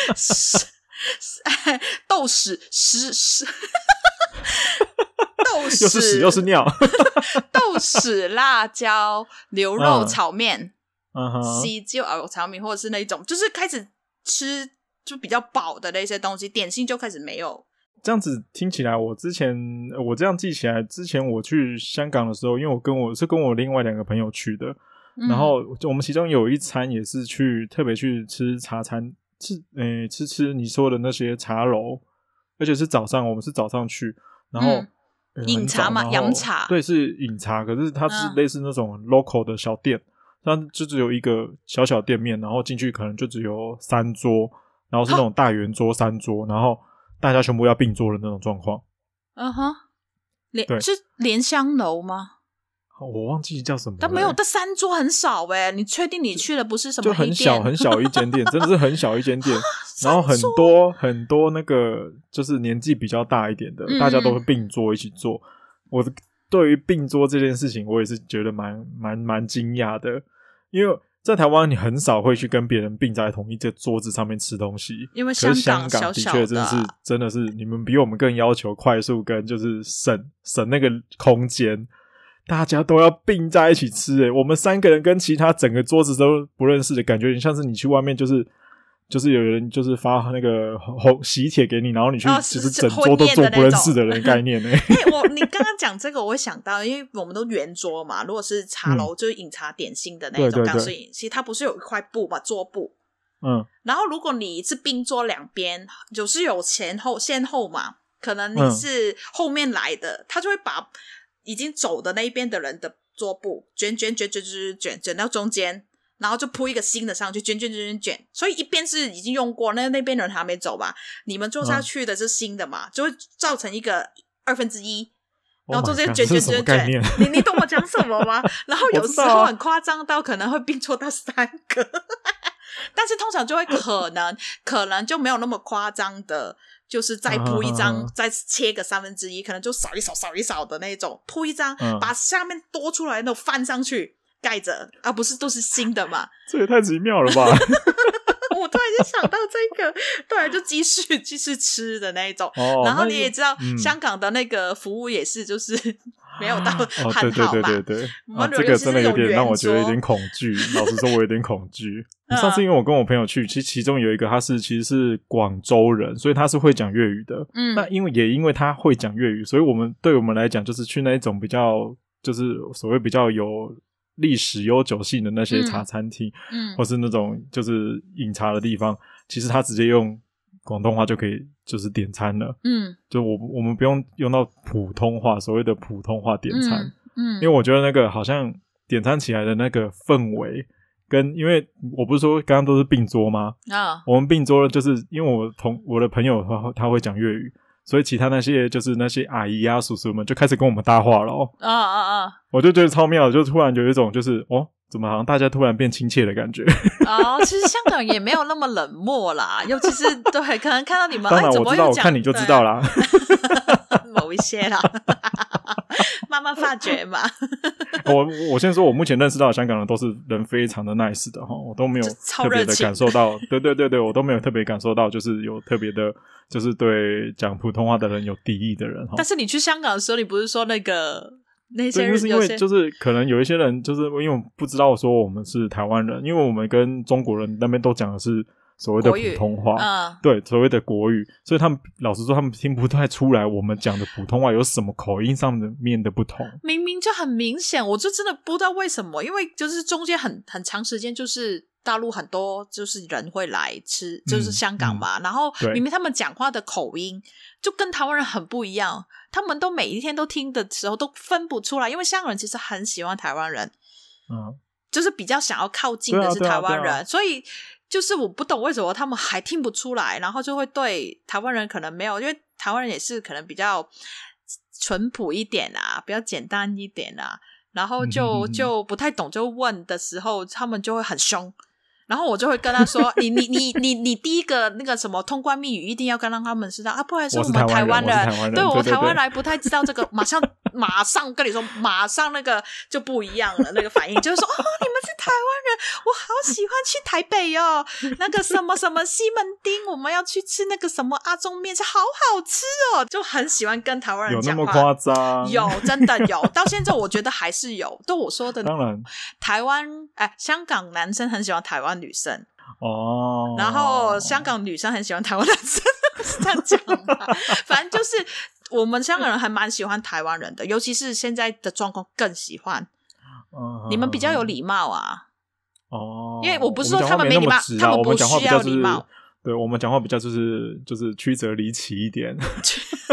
豆豉屎屎豆豉又是屎又是尿豆豉辣椒牛肉炒面、喜椒牛肉炒面，或者是那种就是开始吃就比较饱的那些东西，点心就开始没有。 这样子听起来，我之前我这样记起来，之前我去香港的时候，因为我跟我是跟我另外两个朋友去的、嗯、然后我们其中有一餐也是去特别去吃茶餐吃诶、欸、吃吃你说的那些茶楼，而且是早上，我们是早上去，然后、嗯、 饮茶嘛，洋茶， 对，是饮茶，可是它是类似那种 local 的小店、嗯、 它就只有一个小小店面，然后进去可能就只有三桌，然后是那种大圆桌三桌，然后大家全部要并桌的那种状况。 嗯哼，莲是莲香楼吗？ 我忘记叫什么了， 但没有，这三桌很少哎，你确定你去的不是什么黑店？ 就很小很小一间店，真的是很小一间店，然后很多很多那个就是年纪比较大一点的，嗯、大家都会并桌一起坐。我对于并桌这件事情，我也是觉得蛮蛮蛮惊讶的，因为在台湾你很少会去跟别人并在同一个桌子上面吃东西， 因为香港小小的， 可是香港的确真的是真的是你们比我们更要求快速跟就是省省那个空间。大家都要并在一起吃诶、欸，我们三个人跟其他整个桌子都不认识的感觉，有点像是你去外面就是就是有人就是发那个红喜帖给你，然后你去就是整桌都坐不认识的人概念诶、欸。 欸、我你刚刚讲这个，我会想到，因为我们都圆桌嘛，如果是茶楼、嗯、就是饮茶点心的那种港式饮，其实它不是有一块布嘛，桌布，嗯，然后如果你是并桌两边，就是有前后先后嘛，可能你是后面来的，他、嗯、就会把已经走的那一边的人的桌布卷卷卷卷卷卷卷到中间，然后就铺一个新的上去，卷卷卷卷卷，所以一边是已经用过，那那边的人还没走吧？你们坐下去的是新的嘛，嗯、就会造成一个二分之一，然后中间卷卷卷卷，你你懂我讲什么吗？然后有时候很夸张到可能会并错到三个，但是通常就会可能可能就没有那么夸张的。就是再铺一张、uh-huh. 再切个三分之一，可能就少一少少一少的那种，铺一张、uh-huh. 把下面多出来的那种翻上去盖着，而不是都是新的嘛。 这也太奇妙了吧。 我突然间想到这个，对，就继续继续吃的那一种、oh, 然后你也知道、嗯、香港的那个服务也是就是没有到很好嘛、哦、对对对对对、 啊、这个真的有点让我觉得有点恐惧。老实说我有点恐惧。上次因为我跟我朋友去，其实其中有一个他是其实是广州人，所以他是会讲粤语的。嗯，那因为也因为他会讲粤语，所以我们对我们来讲就是去那一种比较就是所谓比较有历史悠久性的那些茶餐厅，嗯，或是那种就是饮茶的地方，其实他直接用广东话就可以就是点餐了。嗯，就我我们不用用到普通话，所谓的普通话点餐。嗯，嗯因为我觉得那个好像点餐起来的那个氛围。跟因为我不是说刚刚都是并桌吗？啊、oh. ，我们并桌就是因为我同我的朋友他他会讲粤语，所以其他那些就是那些阿姨啊叔叔们就开始跟我们搭话了哦。啊啊啊！我就觉得超妙的，就突然有一种就是哦，怎么好像大家突然变亲切的感觉。 哦，其实香港也没有那么冷漠啦，尤其是对，可能看到你们， 当然我知道，我看你就知道啦。 某一些啦。慢慢发觉嘛。 我我先说我目前认识到的香港人都是人非常的 nice 的齁，我都没有特别的感受到对对对对我都没有特别感受到就是有特别的就是对讲普通话的人有敌意的人齁。 但是你去香港的时候你不是说那个那些人就是因为就是可能有一些人就是因为我不知道说我们是台湾人，因为我们跟中国人那边都讲的是所谓的普通话、嗯、对所谓的国语，所以他们老实说他们听不太出来我们讲的普通话有什么口音上面的不同， 明明就很明显，我就真的不知道为什么，因为就是中间很很长时间就是大陆很多就是人会来吃就是香港嘛、嗯嗯、然后明明他们讲话的口音就跟台湾人很不一样，他们都每一天都听的时候都分不出来，因为香港人其实很喜欢台湾人，嗯，就是比较想要靠近的是台湾人、啊啊啊、所以就是我不懂为什么他们还听不出来，然后就会对台湾人可能没有，因为台湾人也是可能比较淳朴一点啊，比较简单一点啊，然后就就不太懂，就问的时候他们就会很凶，然后我就会跟他说你你你你你第一个那个什么通关密语一定要跟让他们知道啊，不然是我们台湾人， 人对我台湾来不太知道这个马上马上跟你说马上那个就不一样了，那个反应就是说哦你们是台湾人，我好喜欢去台北哦，那个什么什么西门町我们要去吃那个什么阿中面是好好吃哦，就很喜欢跟台湾人讲话。 有那么夸张？ 有，真的有，到现在我觉得还是有，都我说的当然台湾哎，香港男生很喜欢台湾女生哦，然后香港女生很喜欢台湾男生是这样讲吗？反正就是我们香港人还蛮喜欢台湾人的，尤其是现在的状况更喜欢、嗯、你们比较有礼貌啊哦，因为我不是说他们没礼貌、啊、他们不需要礼貌， 对，我们讲话比较就是就是曲折离奇一点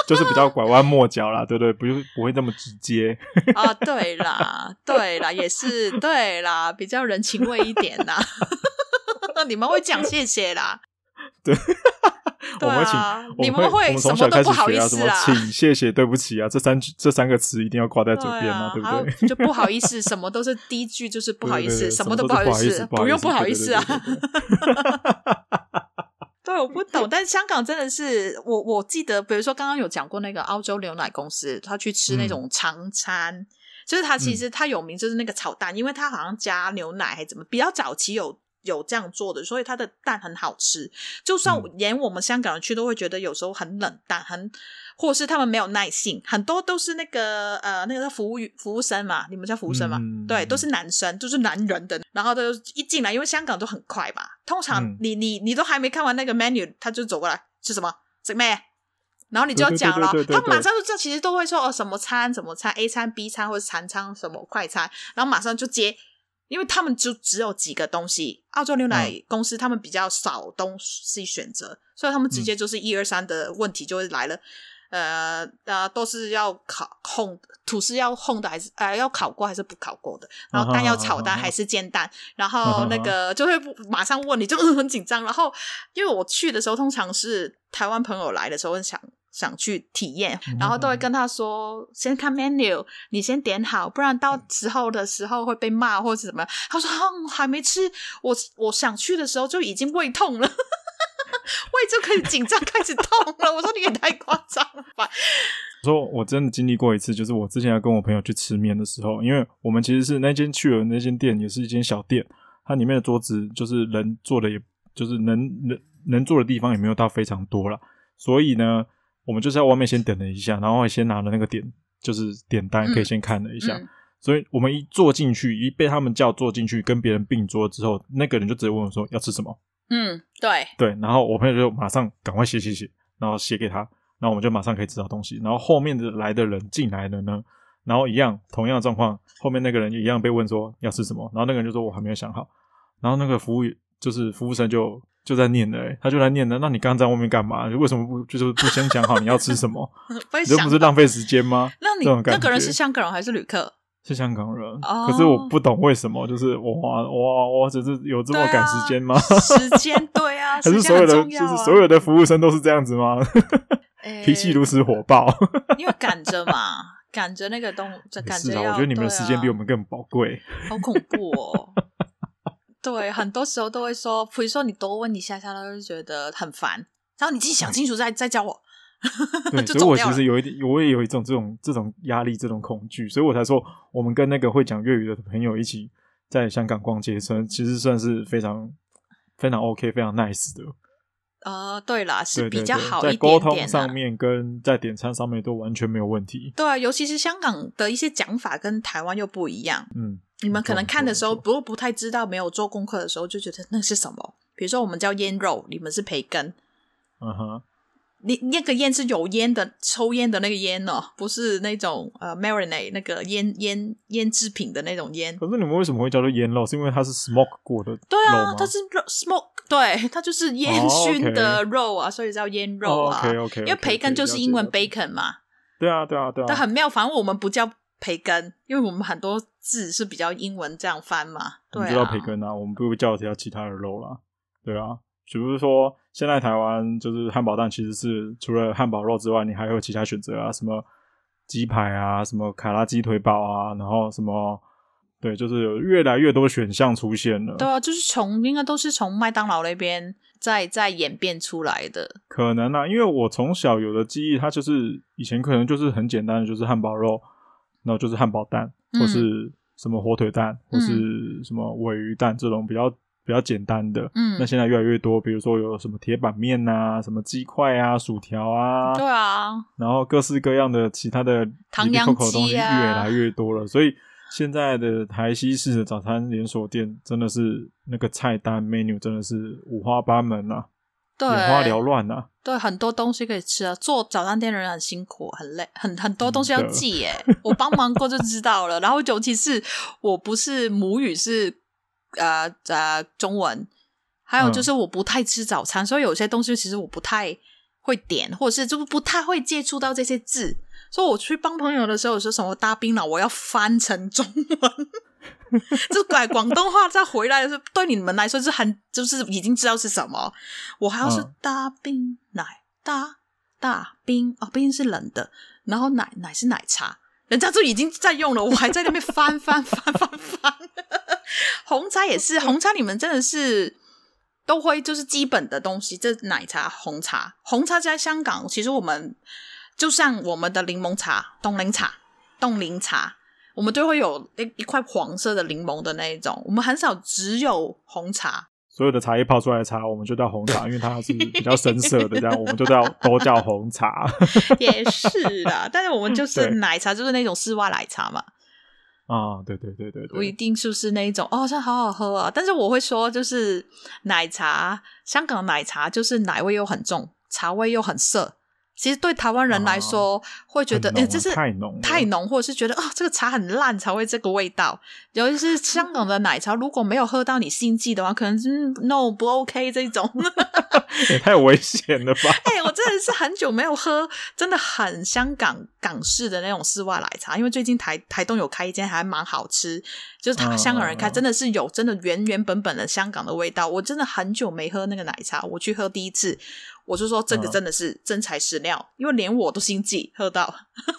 就是比较拐弯抹角啦，对不对？不不会这么直接啊。对啦，对啦，也是对啦，比较人情味一点啦。你们会讲谢谢啦， 对。 对啊， 我们请你们会什么都不好意思啊，什么请、谢谢、对不起啊，这三这三个词一定要挂在嘴边啊，对不对？ 就不好意思，什么都是第一句就是不好意思， 对对对什么都不好意思， 不用不好意思啊。 对, 对, 对, 对, 对, 对，我不懂，但是香港真的是，我我记得，比如说刚刚有讲过那个澳洲牛奶公司，他去吃那种长餐，嗯、就是他其实他有名就是那个炒蛋，嗯、因为他好像加牛奶还怎么，比较早期有。有这样做的，所以它的蛋很好吃。就算连我们香港人去都会觉得有时候很冷淡，很或是他们没有耐性，很多都是那个呃那个服务服务生嘛，你们叫服务生嘛？嗯、对，都是男生，都是男人的。然后都一进来，因为香港都很快嘛，通常你你你都还没看完那个 menu， 他就走过来吃什么吃咩，然后你就要讲了，他马上就这其实都会说哦什么餐什么餐 A 餐 B 餐或者餐餐什么快餐，然后马上就接。因为他们就只有几个东西，澳洲牛奶公司他们比较少东西选择，嗯、所以他们直接就是一二三的问题就会来了，嗯、呃呃，都是要烤烘吐司要烘的还是呃要烤过还是不烤过的，然后蛋要炒蛋还是煎蛋，啊、然后那个就会马上问你，就很紧张。然后因为我去的时候，通常是台湾朋友来的时候想。想去体验，然后都会跟他说先看 menu 你先点好，不然到时候的时候会被骂或者什么。他说、哦、还没吃，我我想去的时候就已经胃痛了胃就可以紧张开始痛了。我说你也太夸张了吧。 我说我真的经历过一次，就是我之前要跟我朋友去吃面的时候，因为我们其实是那间去了那间店也是一间小店，它里面的桌子就是人坐的也就是能能能坐的地方也没有到非常多啦，所以呢我们就是在外面先等了一下，然后先拿了那个点就是点单可以先看了一下、嗯嗯、所以我们一坐进去一被他们叫坐进去跟别人并桌之后，那个人就直接问我说要吃什么。 嗯，对对，然后我朋友就马上赶快写写写，然后写给他，然后我们就马上可以知道东西。然后后面的来的人进来了呢，然后一样同样的状况，后面那个人也一样被问说要吃什么，然后那个人就说我还没有想好，然后那个服务就是服务生就就在念了、欸、他就在念了，那你刚刚在外面干嘛？为什么不就是不先想好你要吃什么？你这不是浪费时间吗？ 那你那个人是香港人还是旅客？ 是香港人、哦、可是我不懂为什么，就是我我我只是有这么赶时间吗？ 啊、时间对啊， 还是所有的、啊、就是所有的服务生都是这样子吗？欸、脾气如此火爆， 因为赶着嘛，赶着那个东，赶着要。 是啊，我觉得你们的时间比我们更宝贵， 好恐怖哦。对，很多时候都会说，比如说你多问一下下，他就觉得很烦，然后你自己想清楚再再教我。 对，所以我其实有一点，我也有一种这种这种压力、这种恐惧，所以我才说，我们跟那个会讲粤语的朋友一起在香港逛街，算其实算是非常非常 OK、非常 nice 的。 呃，对啦，是比较好一点点、啊、 在沟通上面跟在点餐上面都完全没有问题。 对啊，尤其是香港的一些讲法跟台湾又不一样。嗯，你们可能看的时候不不太知道，没有做功课的时候就觉得那是什么。比如说我们叫腌肉，你们是培根。嗯哼。你那个腌是有腌的，抽烟的那个腌哦，不是那种呃 marinade 那个腌腌腌制品的那种腌。 可是你们为什么会叫做腌肉？是因为它是 smoke 过的肉吗？ 对啊，它是 smoke， 对，它就是烟熏的肉啊， oh, okay. 所以叫腌肉啊。 Oh, okay, okay, okay, 因为培根就是英文 bacon 嘛。 对啊，对啊，对啊。 但很妙，反正我们不叫培根，因为我们很多字是比较英文这样翻嘛。对啊， 我们就叫培根啊，我们不会叫其他的肉啦。对啊。比如说现在台湾就是汉堡蛋其实是除了汉堡肉之外你还有其他选择啊，什么鸡排啊，什么卡拉鸡腿堡啊，然后什么对，就是有越来越多选项出现了。 对啊，就是从应该都是从麦当劳那边再再演变出来的。 可能啊，因为我从小有的记忆它就是以前可能就是很简单的就是汉堡肉，然后就是汉堡蛋、嗯、或是什么火腿蛋、嗯、或是什么鲔鱼蛋这种比较比较简单的。嗯，那现在越来越多，比如说有什么铁板面啊，什么鸡块啊，薯条啊， 对啊， 然后各式各样的其他的唐扬鸡啊的东西越来越多了，所以现在的台西式的早餐连锁店真的是那个菜单 menu 真的是五花八门啊， 对， 眼花缭乱啊， 对，很多东西可以吃啊。做早餐店的人很辛苦很累，很很多东西要记耶、嗯、我帮忙过就知道了。然后尤其是我不是母语是呃呃中文，还有就是我不太吃早餐、嗯、所以有些东西其实我不太会点，或者是就不太会接触到这些字，所以我去帮朋友的时候，有说什么大槟榔，我要翻成中文，就改广东话再回来的时候，对你们来说是很就是已经知道是什么，我还要是大冰奶大大冰哦，冰是冷的，然后奶奶是奶茶。人家就已经在用了，我还在那边翻翻翻翻翻。红茶也是，红茶你们真的是都会就是基本的东西，这奶茶、红茶，红茶在香港其实我们就像我们的柠檬茶、冻柠茶、冻柠茶，我们都会有一一块黄色的柠檬的那一种，我们很少只有红茶。 所有的茶叶泡出来的茶我们就叫红茶，因为它是比较深色的，这样我们就叫都叫红茶。 也是啦，但是我们就是奶茶就是那种丝袜奶茶嘛。 啊，对对对对对， 不一定就是那一种哦，这好好喝啊。但是我会说，就是奶茶，香港奶茶就是奶味又很重，茶味又很涩。其实对台湾人来说，啊、会觉得哎、欸，这是太浓太浓，或者是觉得哦，这个茶很烂才会这个味道。尤其是香港的奶茶，如果没有喝到你心悸的话，可能是 no 不 OK 这种。 也太危险了吧！ 哎、欸，我真的是很久没有喝，真的很香港港式的那种丝袜奶茶，因为最近台台东有开一间还蛮好吃，就是他香港人开，嗯、真的是有真的原原本本的香港的味道。我真的很久没喝那个奶茶，我去喝第一次。我就说这个真的是真材实料、嗯、因为连我都心悸喝到。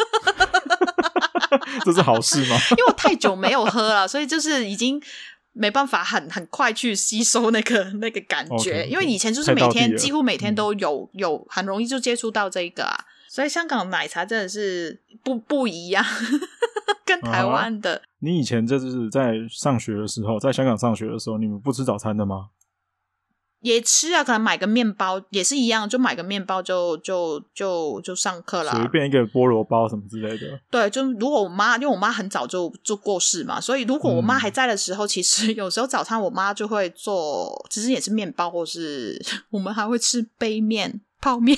这是好事吗？ 因为我太久没有喝了，所以就是已经没办法很很快去吸收那个那个感觉、okay, 因为以前就是每天几乎每天都有、嗯、有很容易就接触到这个啊，所以香港奶茶真的是不不一样跟台湾的、啊、 你以前就是在上学的时候，在香港上学的时候，你们不吃早餐的吗？ 也吃啊，可能买个面包也是一样，就买个面包就就就就上课啦， 随便一个菠萝包什么之类的。 对，就如果我妈，因为我妈很早就就过世嘛，所以如果我妈还在的时候、嗯、其实有时候早餐我妈就会做，其实也是面包，或是我们还会吃杯面泡面。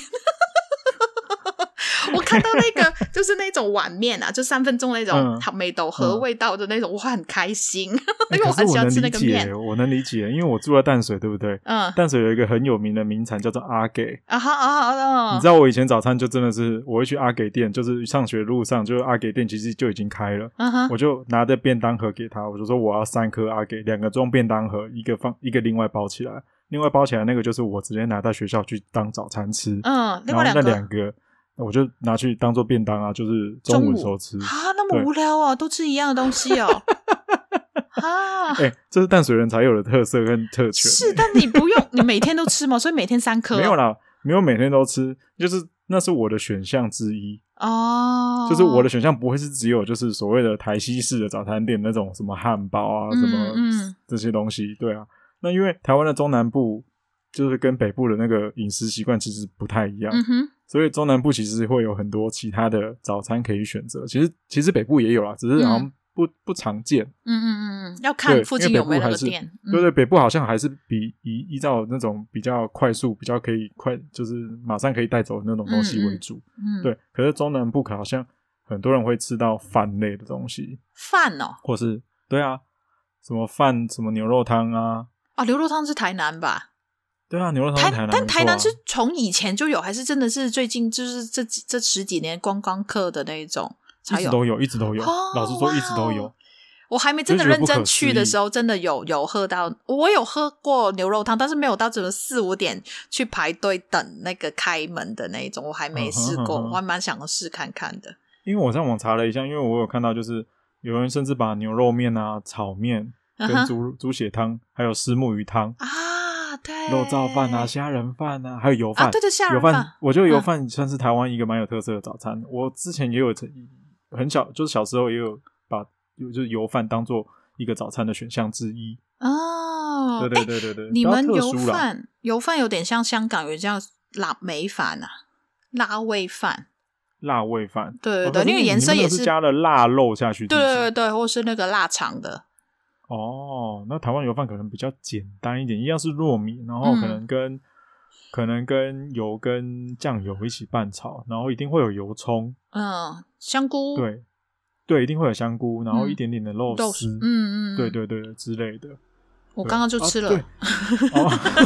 我看到那个就是那种碗面啊，就三分钟那种美斗和味道的那种、嗯、我会很开心、欸、因为我很喜欢吃那个面。 我能理解，因为我住在淡水对不对？嗯，淡水有一个很有名的名产叫做阿给啊哈啊哈，你知道我以前早餐就真的是我会去阿给店，就是上学路上就阿给店其实就已经开了、uh-huh. 我就拿着便当盒给他，我就说我要三颗阿给，两个装便当盒，一个放一个另外包起来，另外包起来那个就是我直接拿到学校去当早餐吃。嗯，另外两个然后那两个我就拿去当做便当啊，就是中午的时候吃啊，那么无聊啊，都吃一样的东西哦。啊， 哎、欸，这是淡水人才有的特色跟特权、欸。 是，但你不用，你每天都吃吗？所以每天三颗、哦？ 没有啦，没有每天都吃，就是那是我的选项之一哦。就是我的选项不会是只有就是所谓的台西式的早餐店那种什么汉堡啊、嗯、什么这些东西，对啊。那因为台湾的中南部就是跟北部的那个饮食习惯其实不太一样。嗯哼。所以中南部其实会有很多其他的早餐可以选择，其实其实北部也有啦，只是好像不、嗯、不常见。 嗯嗯嗯嗯，要看附近有没有那个店。 对对，北部好像还是比依依照那种比较快速、比较可以快，就是马上可以带走的那种东西为主。嗯，嗯对。可是中南部好像很多人会吃到饭类的东西， 饭哦， 或是对啊，什么饭，什么牛肉汤啊。 啊，牛肉汤是台南吧？ 对啊，牛肉汤是台南、啊、 但台南是从以前就有，还是真的是最近就是这这十几年观光客的那一种才有？ 一直都有，一直都有。哦、老实说，一直都有。 我还没真的认真去的时候，真的有有喝到。我有喝过牛肉汤，但是没有到怎么四五点去排队等那个开门的那一种，我还没试过。嗯、我还蛮想试看看的。 因为我上网查了一下，因为我有看到，就是有人甚至把牛肉面啊、炒面跟猪、嗯、猪血汤，还有虱目鱼汤啊。 对， 肉燥饭啊，虾仁饭啊，还有油饭、啊、 对对，虾仁饭， 我觉得油饭算是台湾一个蛮有特色的早餐、嗯、我之前也有很小，就是小时候也有把就是油饭当做一个早餐的选项之一哦。对对对对对， 你们油饭油饭有点像香港有叫辣梅饭啊，辣味饭， 辣味饭， 对对对，那个颜色也是加了腊肉下去， 对对对对，或是那个腊肠的。 哦，那台湾油饭可能比较简单一点，一样是糯米，然后可能跟、嗯、可能跟油跟酱油一起拌炒，然后一定会有油葱，嗯， 香菇， 对对，一定会有香菇，然后一点点的肉丝， 嗯嗯， 对对对之类的。 我刚刚就吃了， 啊、对哦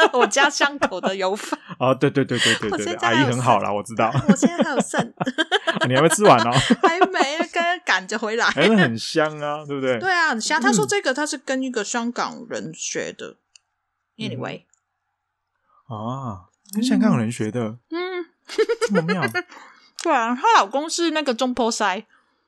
我家巷口的油饭。 哦，对对对对对对对，阿姨很好啦，我知道。 我现在还有剩。 你还没吃完哦？ 还没，刚刚赶着回来。 哎，那很香啊，对不对？ 对啊，很香。他说这个他是跟一个香港人学的。嗯、anyway， 啊，跟香港人学的， 嗯， 这么妙。 对啊，她老公是那个中坡塞。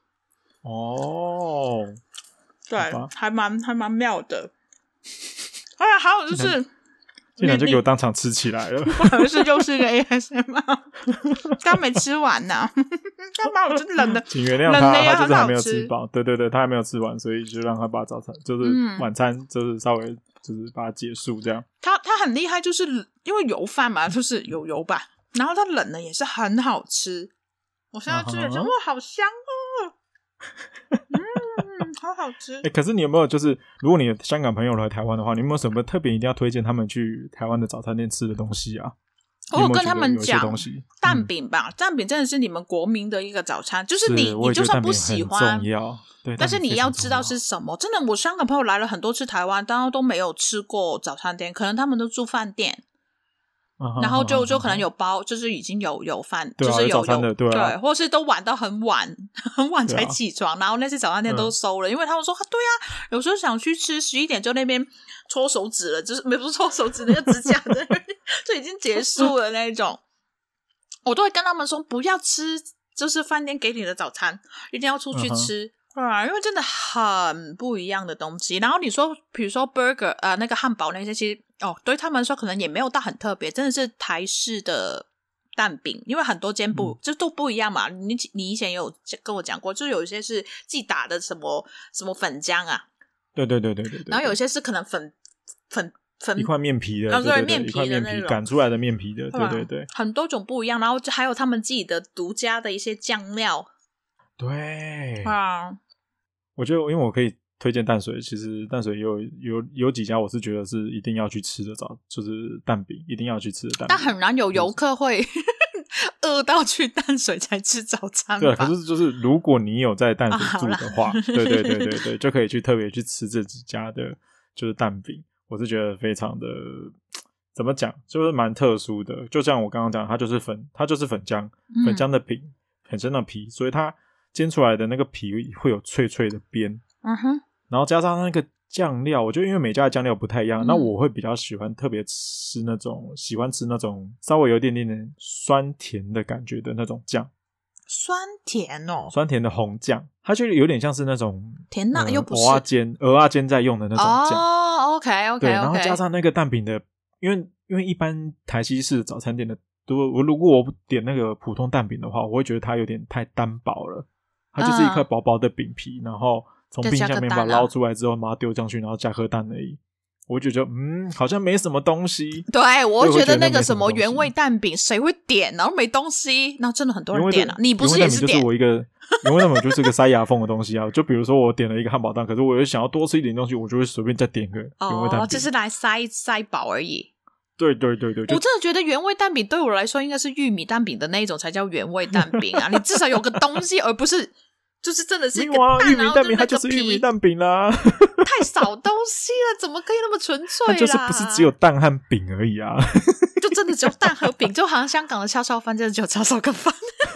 哦， 对，还蛮还蛮妙的。啊，还有就是， 竟然就给我当场吃起来了。 不好意思，又是一个 A S M R， 刚没吃完呢、啊，他把我真冷的， 请原谅他，他就是还没有吃饱。对对对，他还没有吃完，所以就让他把早餐，就是晚餐，就是稍微就是把它结束这样。 他他很厉害，就是因为油饭嘛，就是有油吧，然后他冷的也是很好吃。我现在吃的时候，哇，好香哦！嗯，好好吃。 哎、欸，可是你有没有就是，如果你的香港朋友来台湾的话，你有没有什么特别一定要推荐他们去台湾的早餐店吃的东西啊？ 我有跟他们讲蛋饼吧，蛋饼真的是你们国民的一个早餐，就是你你就算不喜欢， 重要对， 但是你要知道是什么。真的，我香港朋友来了很多次台湾，但都没有吃过早餐店，可能他们都住饭店。然后就就可能有包，就是已经有有饭， 对啊、 就是有有有 对,、啊、 对，或是都晚到很晚很晚才起床、啊、然后那些早餐店都收了、嗯、因为他们说对啊，有时候想去吃十一点就那边搓手指了，就是没不是搓手指，那个指甲的就已经结束了那种。我都会跟他们说不要吃就是饭店给你的早餐，一定要出去吃、嗯啊、因为真的很不一样的东西。然后你说比如说 burger 呃那个汉堡那些，其实哦，对他们说可能也没有到很特别，真的是台式的蛋饼，因为很多间不、嗯、就都不一样嘛。你你以前有跟我讲过，就是有一些是自己打的什么什么粉浆啊， 对对对对 对, 对, 对， 然后有一些是可能粉粉粉一块面皮的， 哦、对, 对, 对, 对面皮的那种擀出来的面皮的，对对对， 很多种不一样，然后还有他们自己的独家的一些酱料， 对啊， 我觉得因为我可以推荐淡水，其实淡水有有有几家我是觉得是一定要去吃的，早就是蛋饼一定要去吃的蛋饼， 但很难有游客会饿到去淡水才吃早餐吧。 对，可是就是如果你有在淡水住的话、啊、对对对对对，就可以去特别去吃这几家的就是蛋饼，我是觉得非常的怎么讲，就是蛮特殊的。就像我刚刚讲，它就是粉它就是粉浆粉浆的饼、嗯、很深的皮，所以它煎出来的那个皮会有脆脆的边，嗯哼，然后加上那个酱料，我觉得因为每家的酱料不太一样、嗯、那我会比较喜欢特别吃那种喜欢吃那种稍微有一点点点酸甜的感觉的那种酱。 酸甜哦， 酸甜的红酱，它就有点像是那种甜辣、呃、又不是蚵仔煎蚵仔煎在用的那种酱哦。 OK OK 对， okay. 然后加上那个蛋饼的，因为因为一般台西式早餐店的我如果我点那个普通蛋饼的话，我会觉得它有点太单薄了，它就是一块薄薄的饼皮、嗯、然后从冰箱里面把它捞出来之后把它丢上去，然后加颗蛋而已，我就觉得嗯好像没什么东西。 对，我觉得那个什么原味蛋饼谁会点，然后没东西，然后真的很多人点啊，你不是也是点？ 原味蛋饼就是我一个原味蛋饼就是个塞牙缝的东西啊。就比如说我点了一个汉堡蛋，可是我又想要多吃一点东西，我就会随便再点个原味蛋饼， 哦，就是来塞塞饱而已。 对对对对， 我真的觉得原味蛋饼对我来说应该是玉米蛋饼的那一种才叫原味蛋饼啊！你至少有个东西，而不是就是真的是一个蛋， 啊、玉米蛋饼它就是玉米蛋饼啦， 太少东西了，怎么可以那么纯粹啦？ 它就是不是只有蛋和饼而已啊， 就真的只有蛋和饼，就好像香港的叉烧饭真的只有叉烧跟饭。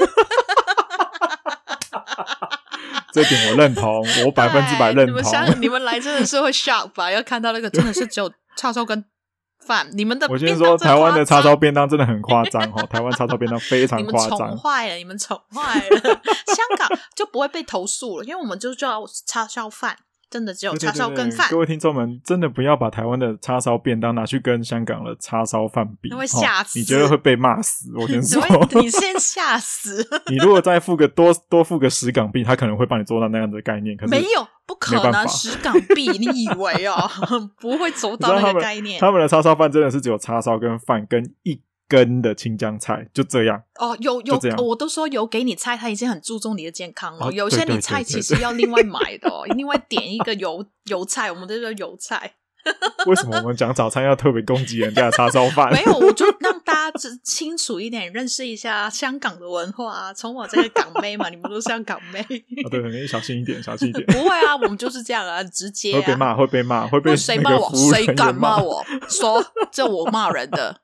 这点我认同，我百分之百认同。 你们想，你们来真的是会 shock 吧？要看到那个真的是只有叉烧跟饭，你们的我先说台湾的叉烧便当真的很夸张哦，台湾叉烧便当非常夸张， 你们宠坏了，你们宠坏了。香港就不会被投诉了，因为我们就叫叉烧饭，真的只有叉烧跟饭。 对对对对，各位听众们，真的不要把台湾的叉烧便当拿去跟香港的叉烧饭比， 你会吓死， 哦，你觉得会被骂死。我跟你说， 你先吓死。 你如果再付个多多付个十港币，他可能会帮你做到那样的概念。可是没有。不可能十港币，你以为哦不会走到那个概念。 他们的叉烧饭真的是只有叉烧跟饭跟一根的青江菜，就这样。 哦，有有，我都说有给你菜，他已经很注重你的健康了。哦，有些你菜其实要另外买的哦，另外点一个油油菜，我们这叫油菜。 为什么我们讲早餐要特别攻击人家的叉烧饭？ 没有，我就让大家清楚一点，认识一下香港的文化啊。从我这个港妹嘛，你们都是香港妹。 啊，对，你小心一点，小心一点。 不会啊，我们就是这样啊，直接、啊。 会被骂，会被骂，会被谁骂我？谁敢骂我？说这我骂人的。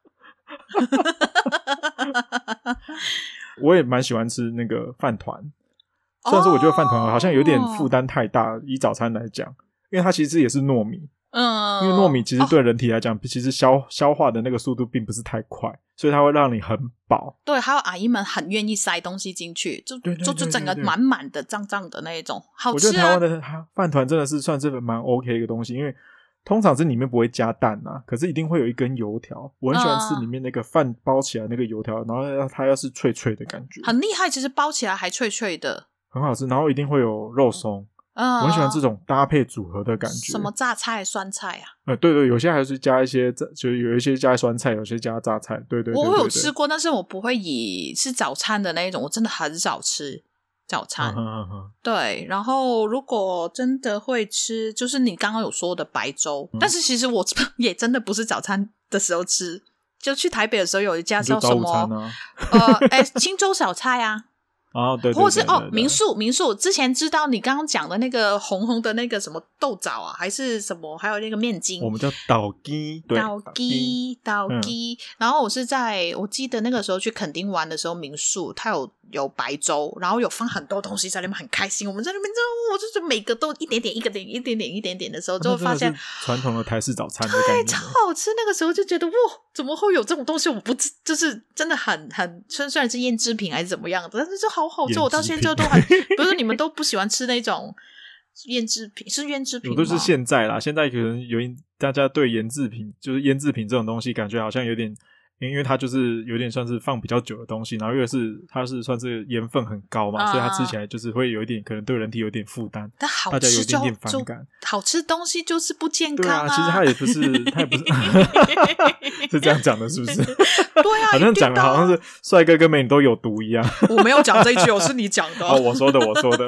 我也蛮喜欢吃那个饭团，虽然说我觉得饭团好像有点负担太大，哦、以早餐来讲，因为它其实也是糯米。嗯，因为糯米其实对人体来讲、哦、其实消消化的那个速度并不是太快，所以它会让你很饱。 对，还有阿姨们很愿意塞东西进去，就对对对对对就就整个满满的胀胀的那一种，好吃啊。 我觉得台湾的饭团真的是算是蛮 OK 的一个东西，因为通常是里面不会加蛋啊，可是一定会有一根油条，我很喜欢吃里面那个饭包起来那个油条，然后它要是脆脆的感觉， 很厉害，其实包起来还脆脆的， 很好吃，然后一定会有肉松。嗯，我很喜欢这种搭配组合的感觉。 什么榨菜、酸菜啊？ 呃，对对，有些还是加一些，就有一些加酸菜，有些加榨菜。对对 对, 对, 对， 我有吃过，但是我不会以是早餐的那一种，我真的很少吃早餐。嗯嗯嗯对，然后如果真的会吃，就是你刚刚有说的白粥，嗯、但是其实我也真的不是早餐的时候吃，就去台北的时候有一家叫什么？啊、呃，哎，青州小菜啊。 哦，对对对对对， 或者是哦，民宿民宿之前知道你刚刚讲的那个红红的那个什么豆枣啊，还是什么，还有那个面筋， 我们叫倒鸡，对， 倒鸡倒鸡。然后我是在我记得那个时候去垦丁玩的时候，民宿它有有白粥，然后有放很多东西在那边，很开心。我们在那边就我就是每个都一点点一个点一点点一点点的时候，就会发现传统的台式早餐的概念， 对，超好吃。那个时候就觉得哇，怎么会有这种东西？我不就是真的很很虽然是腌制品还是怎么样的，但是就好好吃。我到现在都还不是你们都不喜欢吃那种腌制品，是腌制品吗？ 我都是现在啦，现在可能有大家对腌制品，就是腌制品这种东西，感觉好像有点。因为它就是有点算是放比较久的东西，然后又是它是算是盐分很高嘛、嗯，所以它吃起来就是会有一点可能对人体有点负担， 但好吃大家有一点点反感。 好吃东西就是不健康啊！ 对啊，其实它也不是，它也不是是这样讲的，是不是？ 对啊， 好像讲的好像是帅哥跟美女都有毒一样。 我没有讲这一句，我是你讲的。 哦，我说的，我说的。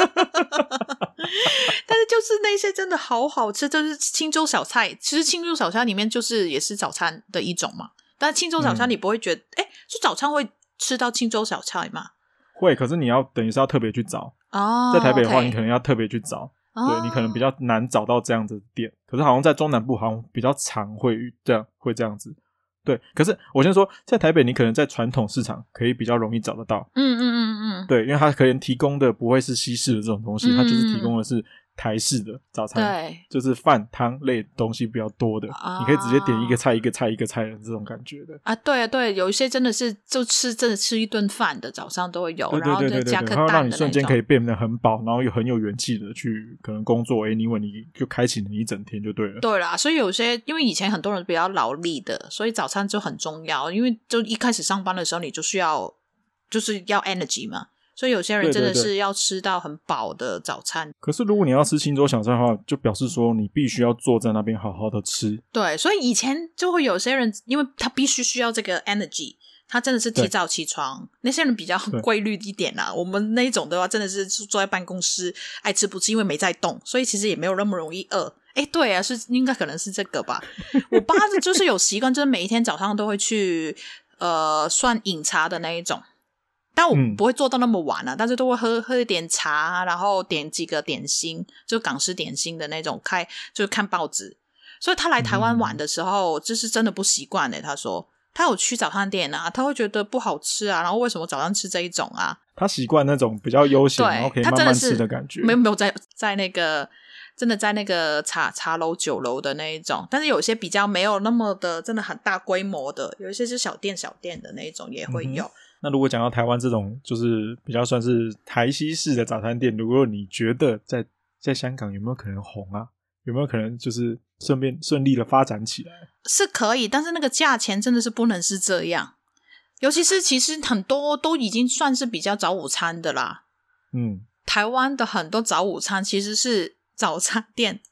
但是就是那些真的好好吃，就是青州小菜。其实青州小菜里面就是也是早餐的一种嘛。但青州小菜你不会觉得哎、嗯，是早餐会吃到青州小菜吗？ 会，可是你要等于是要特别去找哦。在台北的话， okay. 你可能要特别去找，哦、对，你可能比较难找到这样子的店。可是好像在中南部好像比较常会这样，会这样子。对，可是我先说，在台北你可能在传统市场可以比较容易找得到。嗯嗯嗯嗯。对，因为它可能提供的不会是西式的这种东西，嗯、它就是提供的是台式的早餐，对，就是饭汤类东西比较多的、啊、你可以直接点一个菜一个菜一个菜的这种感觉的啊。对啊对，有一些真的是就吃真的吃一顿饭的早上都会有， 对对对对对， 然后就加颗蛋的那种， 然后让你瞬间可以变得很饱，然后又很有元气的去可能工作，诶因为你就开启了一整天就对了。 对啦，所以有些因为以前很多人比较劳力的，所以早餐就很重要，因为就一开始上班的时候你就需要就是要 energy 嘛，所以有些人真的是要吃到很饱的早餐。对对对， 可是如果你要吃青州小菜的话，就表示说你必须要坐在那边好好的吃。 对，所以以前就会有些人因为他必须需要这个 energy， 他真的是提早起床，那些人比较规律一点啦。我们那种的话真的是坐在办公室爱吃不吃，因为没在动，所以其实也没有那么容易饿。诶对啊，是应该可能是这个吧。我爸就是有习惯，就是每一天早上都会去呃算饮茶的那一种，但我不会做到那么晚啊、嗯、但是都会喝喝一点茶，然后点几个点心，就港式点心的那种，开就是看报纸。所以他来台湾玩的时候、嗯、就是真的不习惯欸。他说他有去早餐店啊，他会觉得不好吃啊，然后为什么早上吃这一种啊？ 他习惯那种比较悠闲然后可以慢慢吃的感觉。 没有没有在在那个真的在那个茶茶楼酒楼的那一种，但是有些比较没有那么的真的很大规模的，有一些是小店小店的那一种也会有、嗯、 那如果讲到台湾这种就是比较算是台西式的早餐店，如果你觉得在在香港有没有可能红啊？有没有可能就是顺便顺利的发展起来？ 是可以，但是那个价钱真的是不能是这样，尤其是其实很多都已经算是比较早午餐的啦。嗯，台湾的很多早午餐其实是早餐店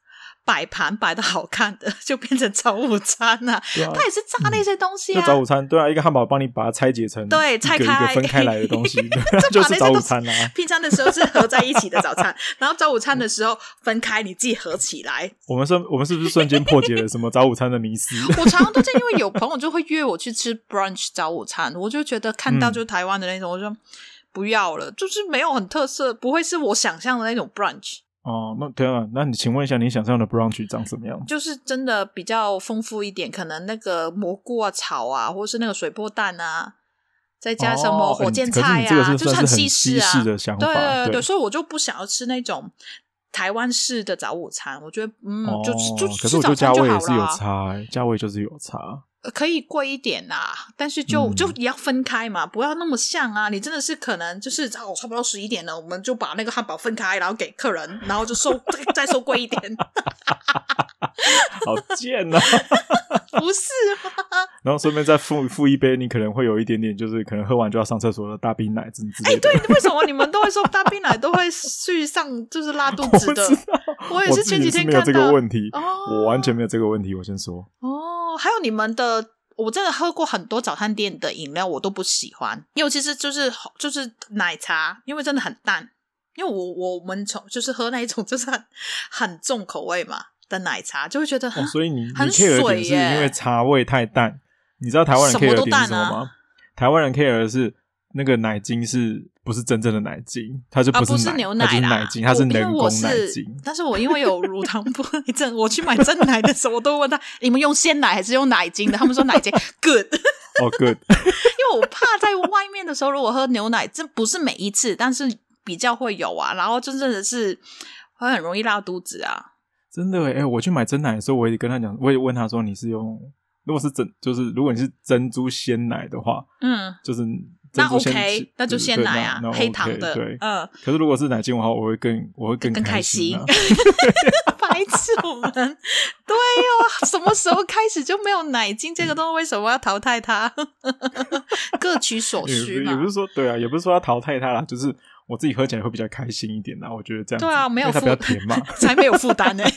摆盘摆的好看的就变成早午餐啊，啊他也是炸那些东西啊、 嗯、就早午餐对啊，一个汉堡帮你把它拆解成对拆开一个一个分开来的东西就是早午餐啊。 平常的时候是合在一起的早餐然后早午餐的时候分开你自己合起来。 我们是我们是不是瞬间破解了什么早午餐的迷思我常常都是因为有朋友就会约我去吃 brunch 早午餐，我就觉得看到就是台湾的那种、嗯、我就不要了，就是没有很特色，不会是我想象的那种 brunch。 哦，那对啊，那你请问一下，你想象的 brunch 长什么样？ 就是真的比较丰富一点，可能那个蘑菇啊、草啊，或是那个水波蛋啊，再加什么火箭菜啊， 哦、是就是很西式啊，西式的想法。 对对 对, 对， 所以我就不想要吃那种台湾式的早午餐。我觉得，嗯， 哦、 就就可是我觉得价位也是有差， 差，价位就是有差。 可以贵一点啦、啊，但是就、嗯、就也要分开嘛，不要那么像啊！你真的是可能就是哦，差不多十一点了，我们就把那个汉堡分开，然后给客人，然后就收再收贵一点。 好贱啊！ 不是吗？ 然后顺便再付付一杯，你可能会有一点点，就是可能喝完就要上厕所的大冰奶之类的。哎， 对，为什么你们都会说大冰奶都会去上就是拉肚子的？ 我, 我也是前几天看到，我自己是没有这个问题、 哦、 我完全没有这个问题。我先说哦，还有你们的。我真的喝过很多早餐店的饮料，我都不喜欢，尤其是就是就是奶茶，因为真的很淡。因为我我们从就是喝那一种就是很很重口味嘛的奶茶，就会觉得很、 哦、所以你很你 care 的点是因为茶味太淡。你知道台湾人 care 的点是什么吗？ 啊、 台湾人 care 的是那个奶精是不是真正的奶精，它就不是奶、啊、 不是牛奶啦， 它就是奶精，它是人工奶精。 但是我因为有乳糖不耐症，我去买真奶的时候，我都问他你们用鲜奶还是用奶精的？他们说奶精 good 哦、oh, good 因为我怕在外面的时候如果喝牛奶，这不是每一次，但是比较会有啊，然后真正的是会很容易拉肚子啊。 真的耶、欸、我去买真奶的时候我也跟他讲，我也问他说你是用如果是真就是如果你是珍珠鲜奶的话，嗯，就是那 OK 那就鲜奶啊，黑糖的， 对， 嗯。 可是如果是奶精的话，我会更我会更开心、啊、 更开心白痴我们对哦，什么时候开始就没有奶精这个东西？为什么要淘汰它？各取所需嘛。 也不是说对啊，也不是说要淘汰它啦，就是我自己喝起来会比较开心一点啦。我觉得这样子对啊，没有负因为它比较甜嘛， 才没有负担呢。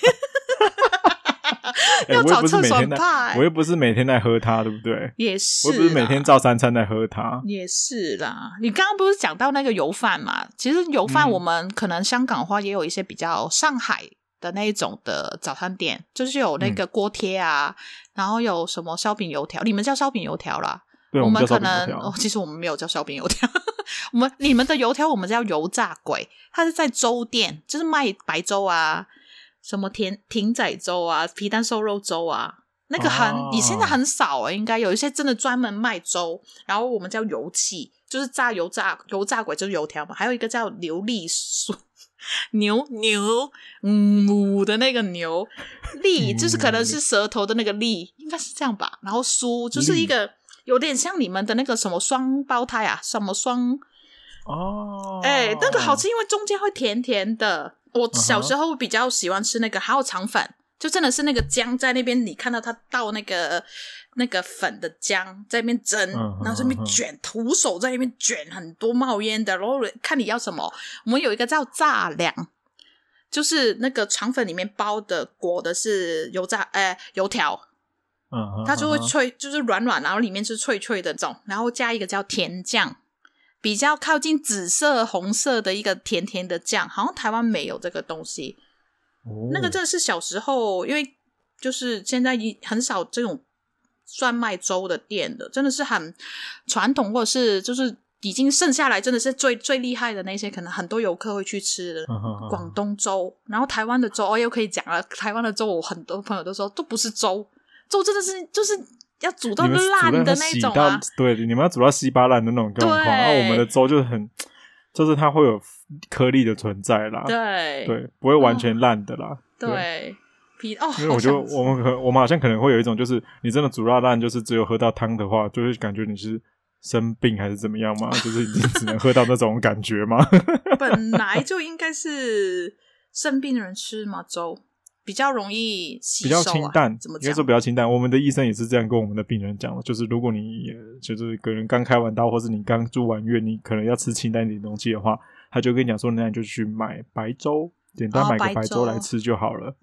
欸、 要找厕所很怕、欸、 我又不是每天在喝它，对不对？ 也是， 我又不是每天照三餐在喝它。 也是啦。你刚刚不是讲到那个油饭嘛？其实油饭我们可能香港的话也有一些比较上海的那一种的早餐店，就是有那个锅贴啊、嗯、然后有什么烧饼油条，你们叫烧饼油条啦， 对， 我们可能哦，其实我们没有叫烧饼油条我们你们的油条我们叫油炸鬼，它是在粥店，就是卖白粥啊，什么甜艇仔粥啊，皮蛋瘦肉粥啊，那个很、哦、你现在很少啊，应该有一些真的专门卖粥，然后我们叫油气，就是炸油炸油炸鬼就是油条嘛，还有一个叫牛力酥牛牛嗯母的那个牛力就是可能是舌头的那个力，应该是这样吧，然后酥就是一个有点像你们的那个什么双胞胎啊，什么双哦， 哎、欸，那个好吃，因为中间会甜甜的。我小时候比较喜欢吃那个，还有肠粉，就真的是那个姜在那边，你看到它倒那个那个粉的姜在那边蒸，然后在那边卷，徒手在那边卷，很多冒烟的。然后看你要什么，我们有一个叫炸粮，就是那个肠粉里面包的裹的是油炸，呃，油条。 嗯， 它就会脆，就是软软，然后里面是脆脆的这种，然后加一个叫甜酱，比较靠近紫色红色的一个甜甜的酱，好像台湾没有这个东西、哦、那个真的是小时候，因为就是现在很少这种专卖粥的店的，真的是很传统，或者是就是已经剩下来真的是最最厉害的那些，可能很多游客会去吃的广东粥。然后台湾的粥哦又可以讲了，台湾的粥我很多朋友都说都不是粥，粥真的是就是要煮到烂的那种啊， 对，你们要煮到稀巴烂的那种状况，然后我们的粥就很就是它会有颗粒的存在啦， 对对，不会完全烂的啦、哦、 对, 对哦， 因为我觉得我们可我们好像可能会有一种就是你真的煮到烂，就是只有喝到汤的话，就会感觉你是生病还是怎么样嘛，就是已经只能喝到那种感觉嘛本来就应该是生病的人吃嘛，粥比较容易吸收、啊、 比较清淡， 怎么讲？ 应该说比较清淡。我们的医生也是这样跟我们的病人讲的，就是如果你就是可能刚开完刀，或是你刚住完院，你可能要吃清淡一点东西的话，他就跟你讲说，那你就去买白粥，简单买个白粥来吃就好了。 哦、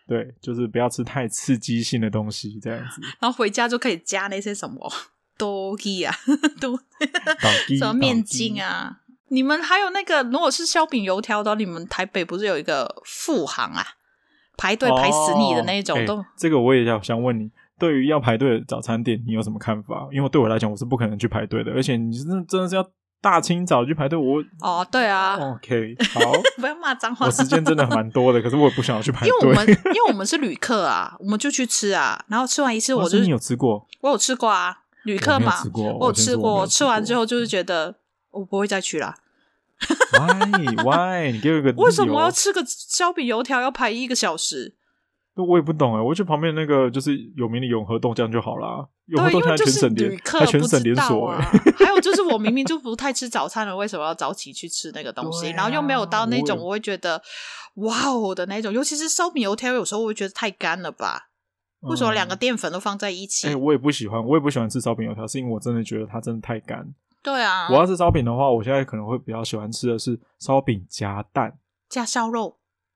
对，就是不要吃太刺激性的东西这样子， 然后回家就可以加那些什么多鸡啊多什么面筋啊。你们还有那个如果是烧饼油条的，你们台北不是有一个富航啊，排队排死你的那种、哦、都、 欸、这个我也想问你，对于要排队的早餐店你有什么看法？因为对我来讲我是不可能去排队的，而且你真的真的是要大清早去排队，我哦对啊 OK 好不要骂脏话， 我时间真的蛮多的，可是我也不想要去排队， 因为我们因为我们是旅客啊，我们就去吃啊，然后吃完一次我就、 哦、你有吃过？ 我有吃过啊，旅客嘛， 我没有吃过， 我有吃过， 我吃完之后就是觉得我不会再去啦。 Why Why 你给我一个理由， 为什么要吃个烧饼油条要排一个小时？ 我也不懂哎，我去旁边那个就是有名的永和豆浆就好啦，永和豆浆还全省连，还全省连锁哎。 还有就是我明明就不太吃早餐了，为什么要早起去吃那个东西？啊、然后又没有到那种我会觉得哇哦的那种，尤其是烧饼油条，有时候我会觉得太干了吧？为什么两个淀粉都放在一起？ 哎、嗯欸，我也不喜欢，我也不喜欢吃烧饼油条，是因为我真的觉得它真的太干。 对啊， 我要吃烧饼的话，我现在可能会比较喜欢吃的是烧饼加蛋加烧肉。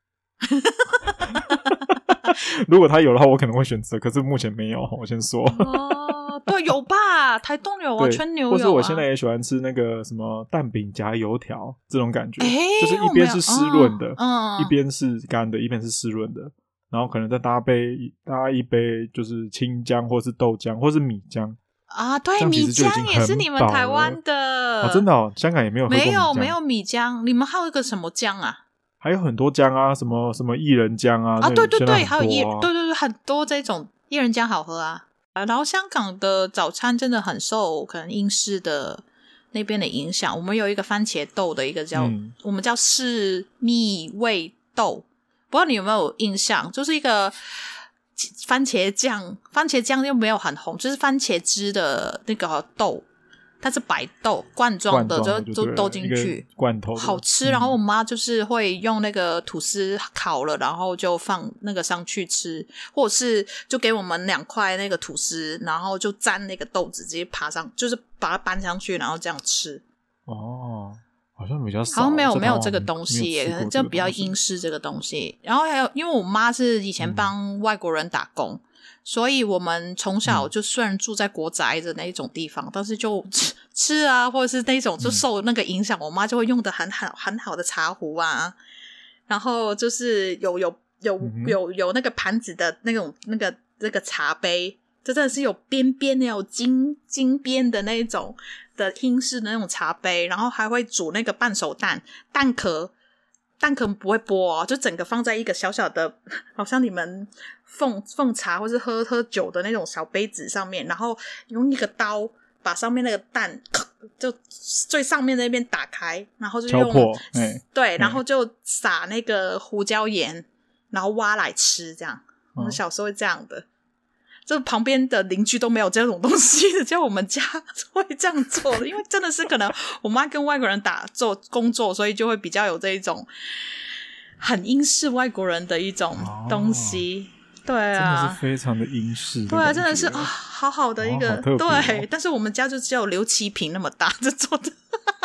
如果它有的话我可能会选择，可是目前没有，我先说。 哦，对，有吧，台东有啊，春牛有啊， 或是我现在也喜欢吃那个什么蛋饼夹油条这种感觉、 欸、 就是一边是湿润的、 嗯、 一边是干的，一边是湿润的，然后可能再搭配搭一杯就是清浆或是豆浆或是米浆啊，对，米浆也是你们台湾的、 哦、真的哦，香港也没有喝过米浆， 没有没有米浆，你们还有一个什么浆啊？ 还有很多浆啊，什么什么薏仁浆啊， 啊，对对对， 啊、 还有薏，对对对，很多这种薏仁浆好喝啊。然后香港的早餐真的很受可能英式的那边的影响，我们有一个番茄豆的一个叫、嗯、我们叫士蜜味豆，不知道你有没有印象，就是一个番茄酱，番茄酱又没有很红，就是番茄汁的那个豆，它是白豆罐装的，就就豆进去罐头好吃、嗯、然后我妈就是会用那个吐司烤了，然后就放那个上去吃，或者是就给我们两块那个吐司，然后就沾那个豆子直接爬上，就是把它搬上去然后这样吃。 哦，好像比较少， 好像没有没有这个东西耶，可能就比较英式这个东西。然后还有因为我妈是以前帮外国人打工、嗯，所以我们从小就虽然住在国宅的那一种地方、嗯、但是就吃吃啊或者是那种就受那个影响、嗯、我妈就会用的很好很好的茶壶啊，然后就是有有有、嗯、有有那个盘子的那种那个那个茶杯，这真的是有边边的有金金边的那种的英式的那种茶杯，然后还会煮那个半熟蛋，蛋壳蛋壳不会剥哦，就整个放在一个小小的好像你们奉奉茶或是喝喝酒的那种小杯子上面，然后用一个刀把上面那个蛋就最上面那边打开，然后就用敲破、欸、 对，然后就撒那个胡椒盐，然后挖来吃，这样、哦、我们小时候会这样的，就旁边的邻居都没有这种东西的，只有我们家会这样做的，因为真的是可能我妈跟外国人打做工作，所以就会比较有这一种很英式外国人的一种东西、哦、对啊， 真的是非常的英式的， 对啊，真的是啊、哦，好好的一个、 哦哦、 对，但是我们家就只有刘七平那么大就做的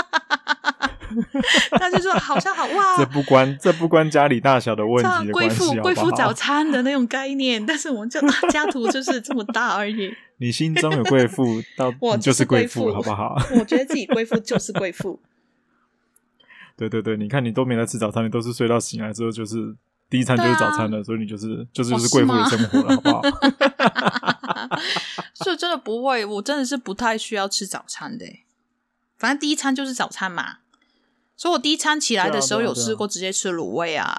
他就说好像好哇， 这不关这不关家里大小的问题的关系， 贵妇贵妇早餐的那种概念，但是我们就、啊、家徒就是这么大而已。 你心中有贵妇，到我你就是贵妇，好不好？ 我觉得自己贵妇就是贵妇。 对对对，你看你都没来吃早餐，你都是睡到醒来之后就是第一餐就是早餐了、啊、所以你就是就是就是贵妇的生活了，好不好？ 所以真的不会，我真的是不太需要吃早餐的，反正第一餐就是早餐嘛。所以我第一餐起来的时候有试过直接吃卤味啊。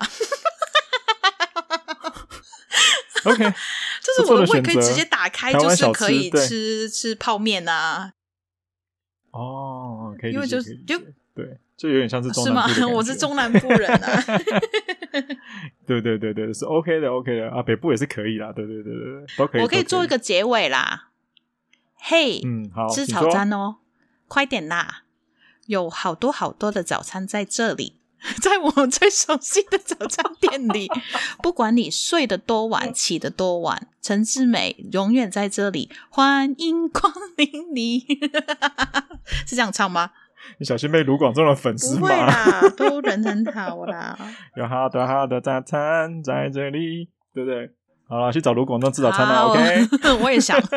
OK， 就是我的胃可以直接打开，就是可以吃吃泡面啊。 哦，可以理解， 因为就就对，就有点像是中南部的感觉。 是吗？我是中南部人啊。 对对对对，是 OK 的 OK 的啊，北部也是可以啦，对对对对，都可以。 我可以做一个结尾啦。嘿， 嗯，好， 吃早餐哦，快点啦！有好多好多的早餐在这里，在我们最熟悉的早餐店里。不管你睡得多晚，起得多晚，陈志美永远在这里，欢迎光临你。是这样唱吗？ 你小心被卢广仲的粉丝骂。 不会啦，都人很好啦。 有好多好多早餐在这里， 对不对？好啦，去找卢广仲吃早餐啦 ，OK？ 我也想。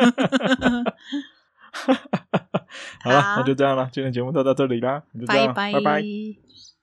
好了，那就这样了，今天节目就到这里啦，就这样，拜拜。